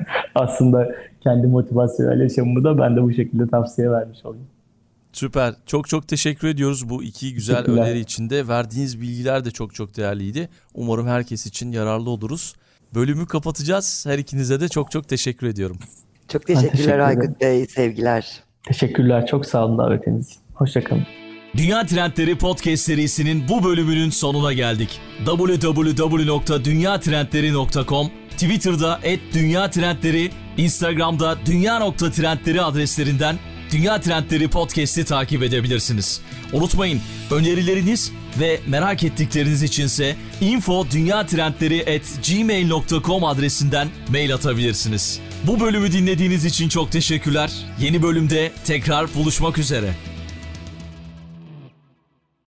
Aslında kendi motivasyonel yaşamımı da ben de bu şekilde tavsiye vermiş olayım. Süper. Çok çok teşekkür ediyoruz bu iki güzel öneri için de. Verdiğiniz bilgiler de çok çok değerliydi. Umarım herkes için yararlı oluruz. Bölümü kapatacağız. Her ikinize de çok çok teşekkür ediyorum. Çok teşekkürler teşekkür Aykut Bey. Sevgiler. Teşekkürler. Çok sağ olun davetiniz için. Hoşçakalın. Dünya Trendleri Podcast serisinin bu bölümünün sonuna geldik. double-u double-u double-u nokta dünya trendleri nokta com, Twitter'da et dünya trendleri, Instagram'da dünya nokta trendleri adreslerinden Dünya Trendleri Podcast'i takip edebilirsiniz. Unutmayın, önerileriniz ve merak ettikleriniz içinse info dünya trendleri at gmail nokta com adresinden mail atabilirsiniz. Bu bölümü dinlediğiniz için çok teşekkürler. Yeni bölümde tekrar buluşmak üzere.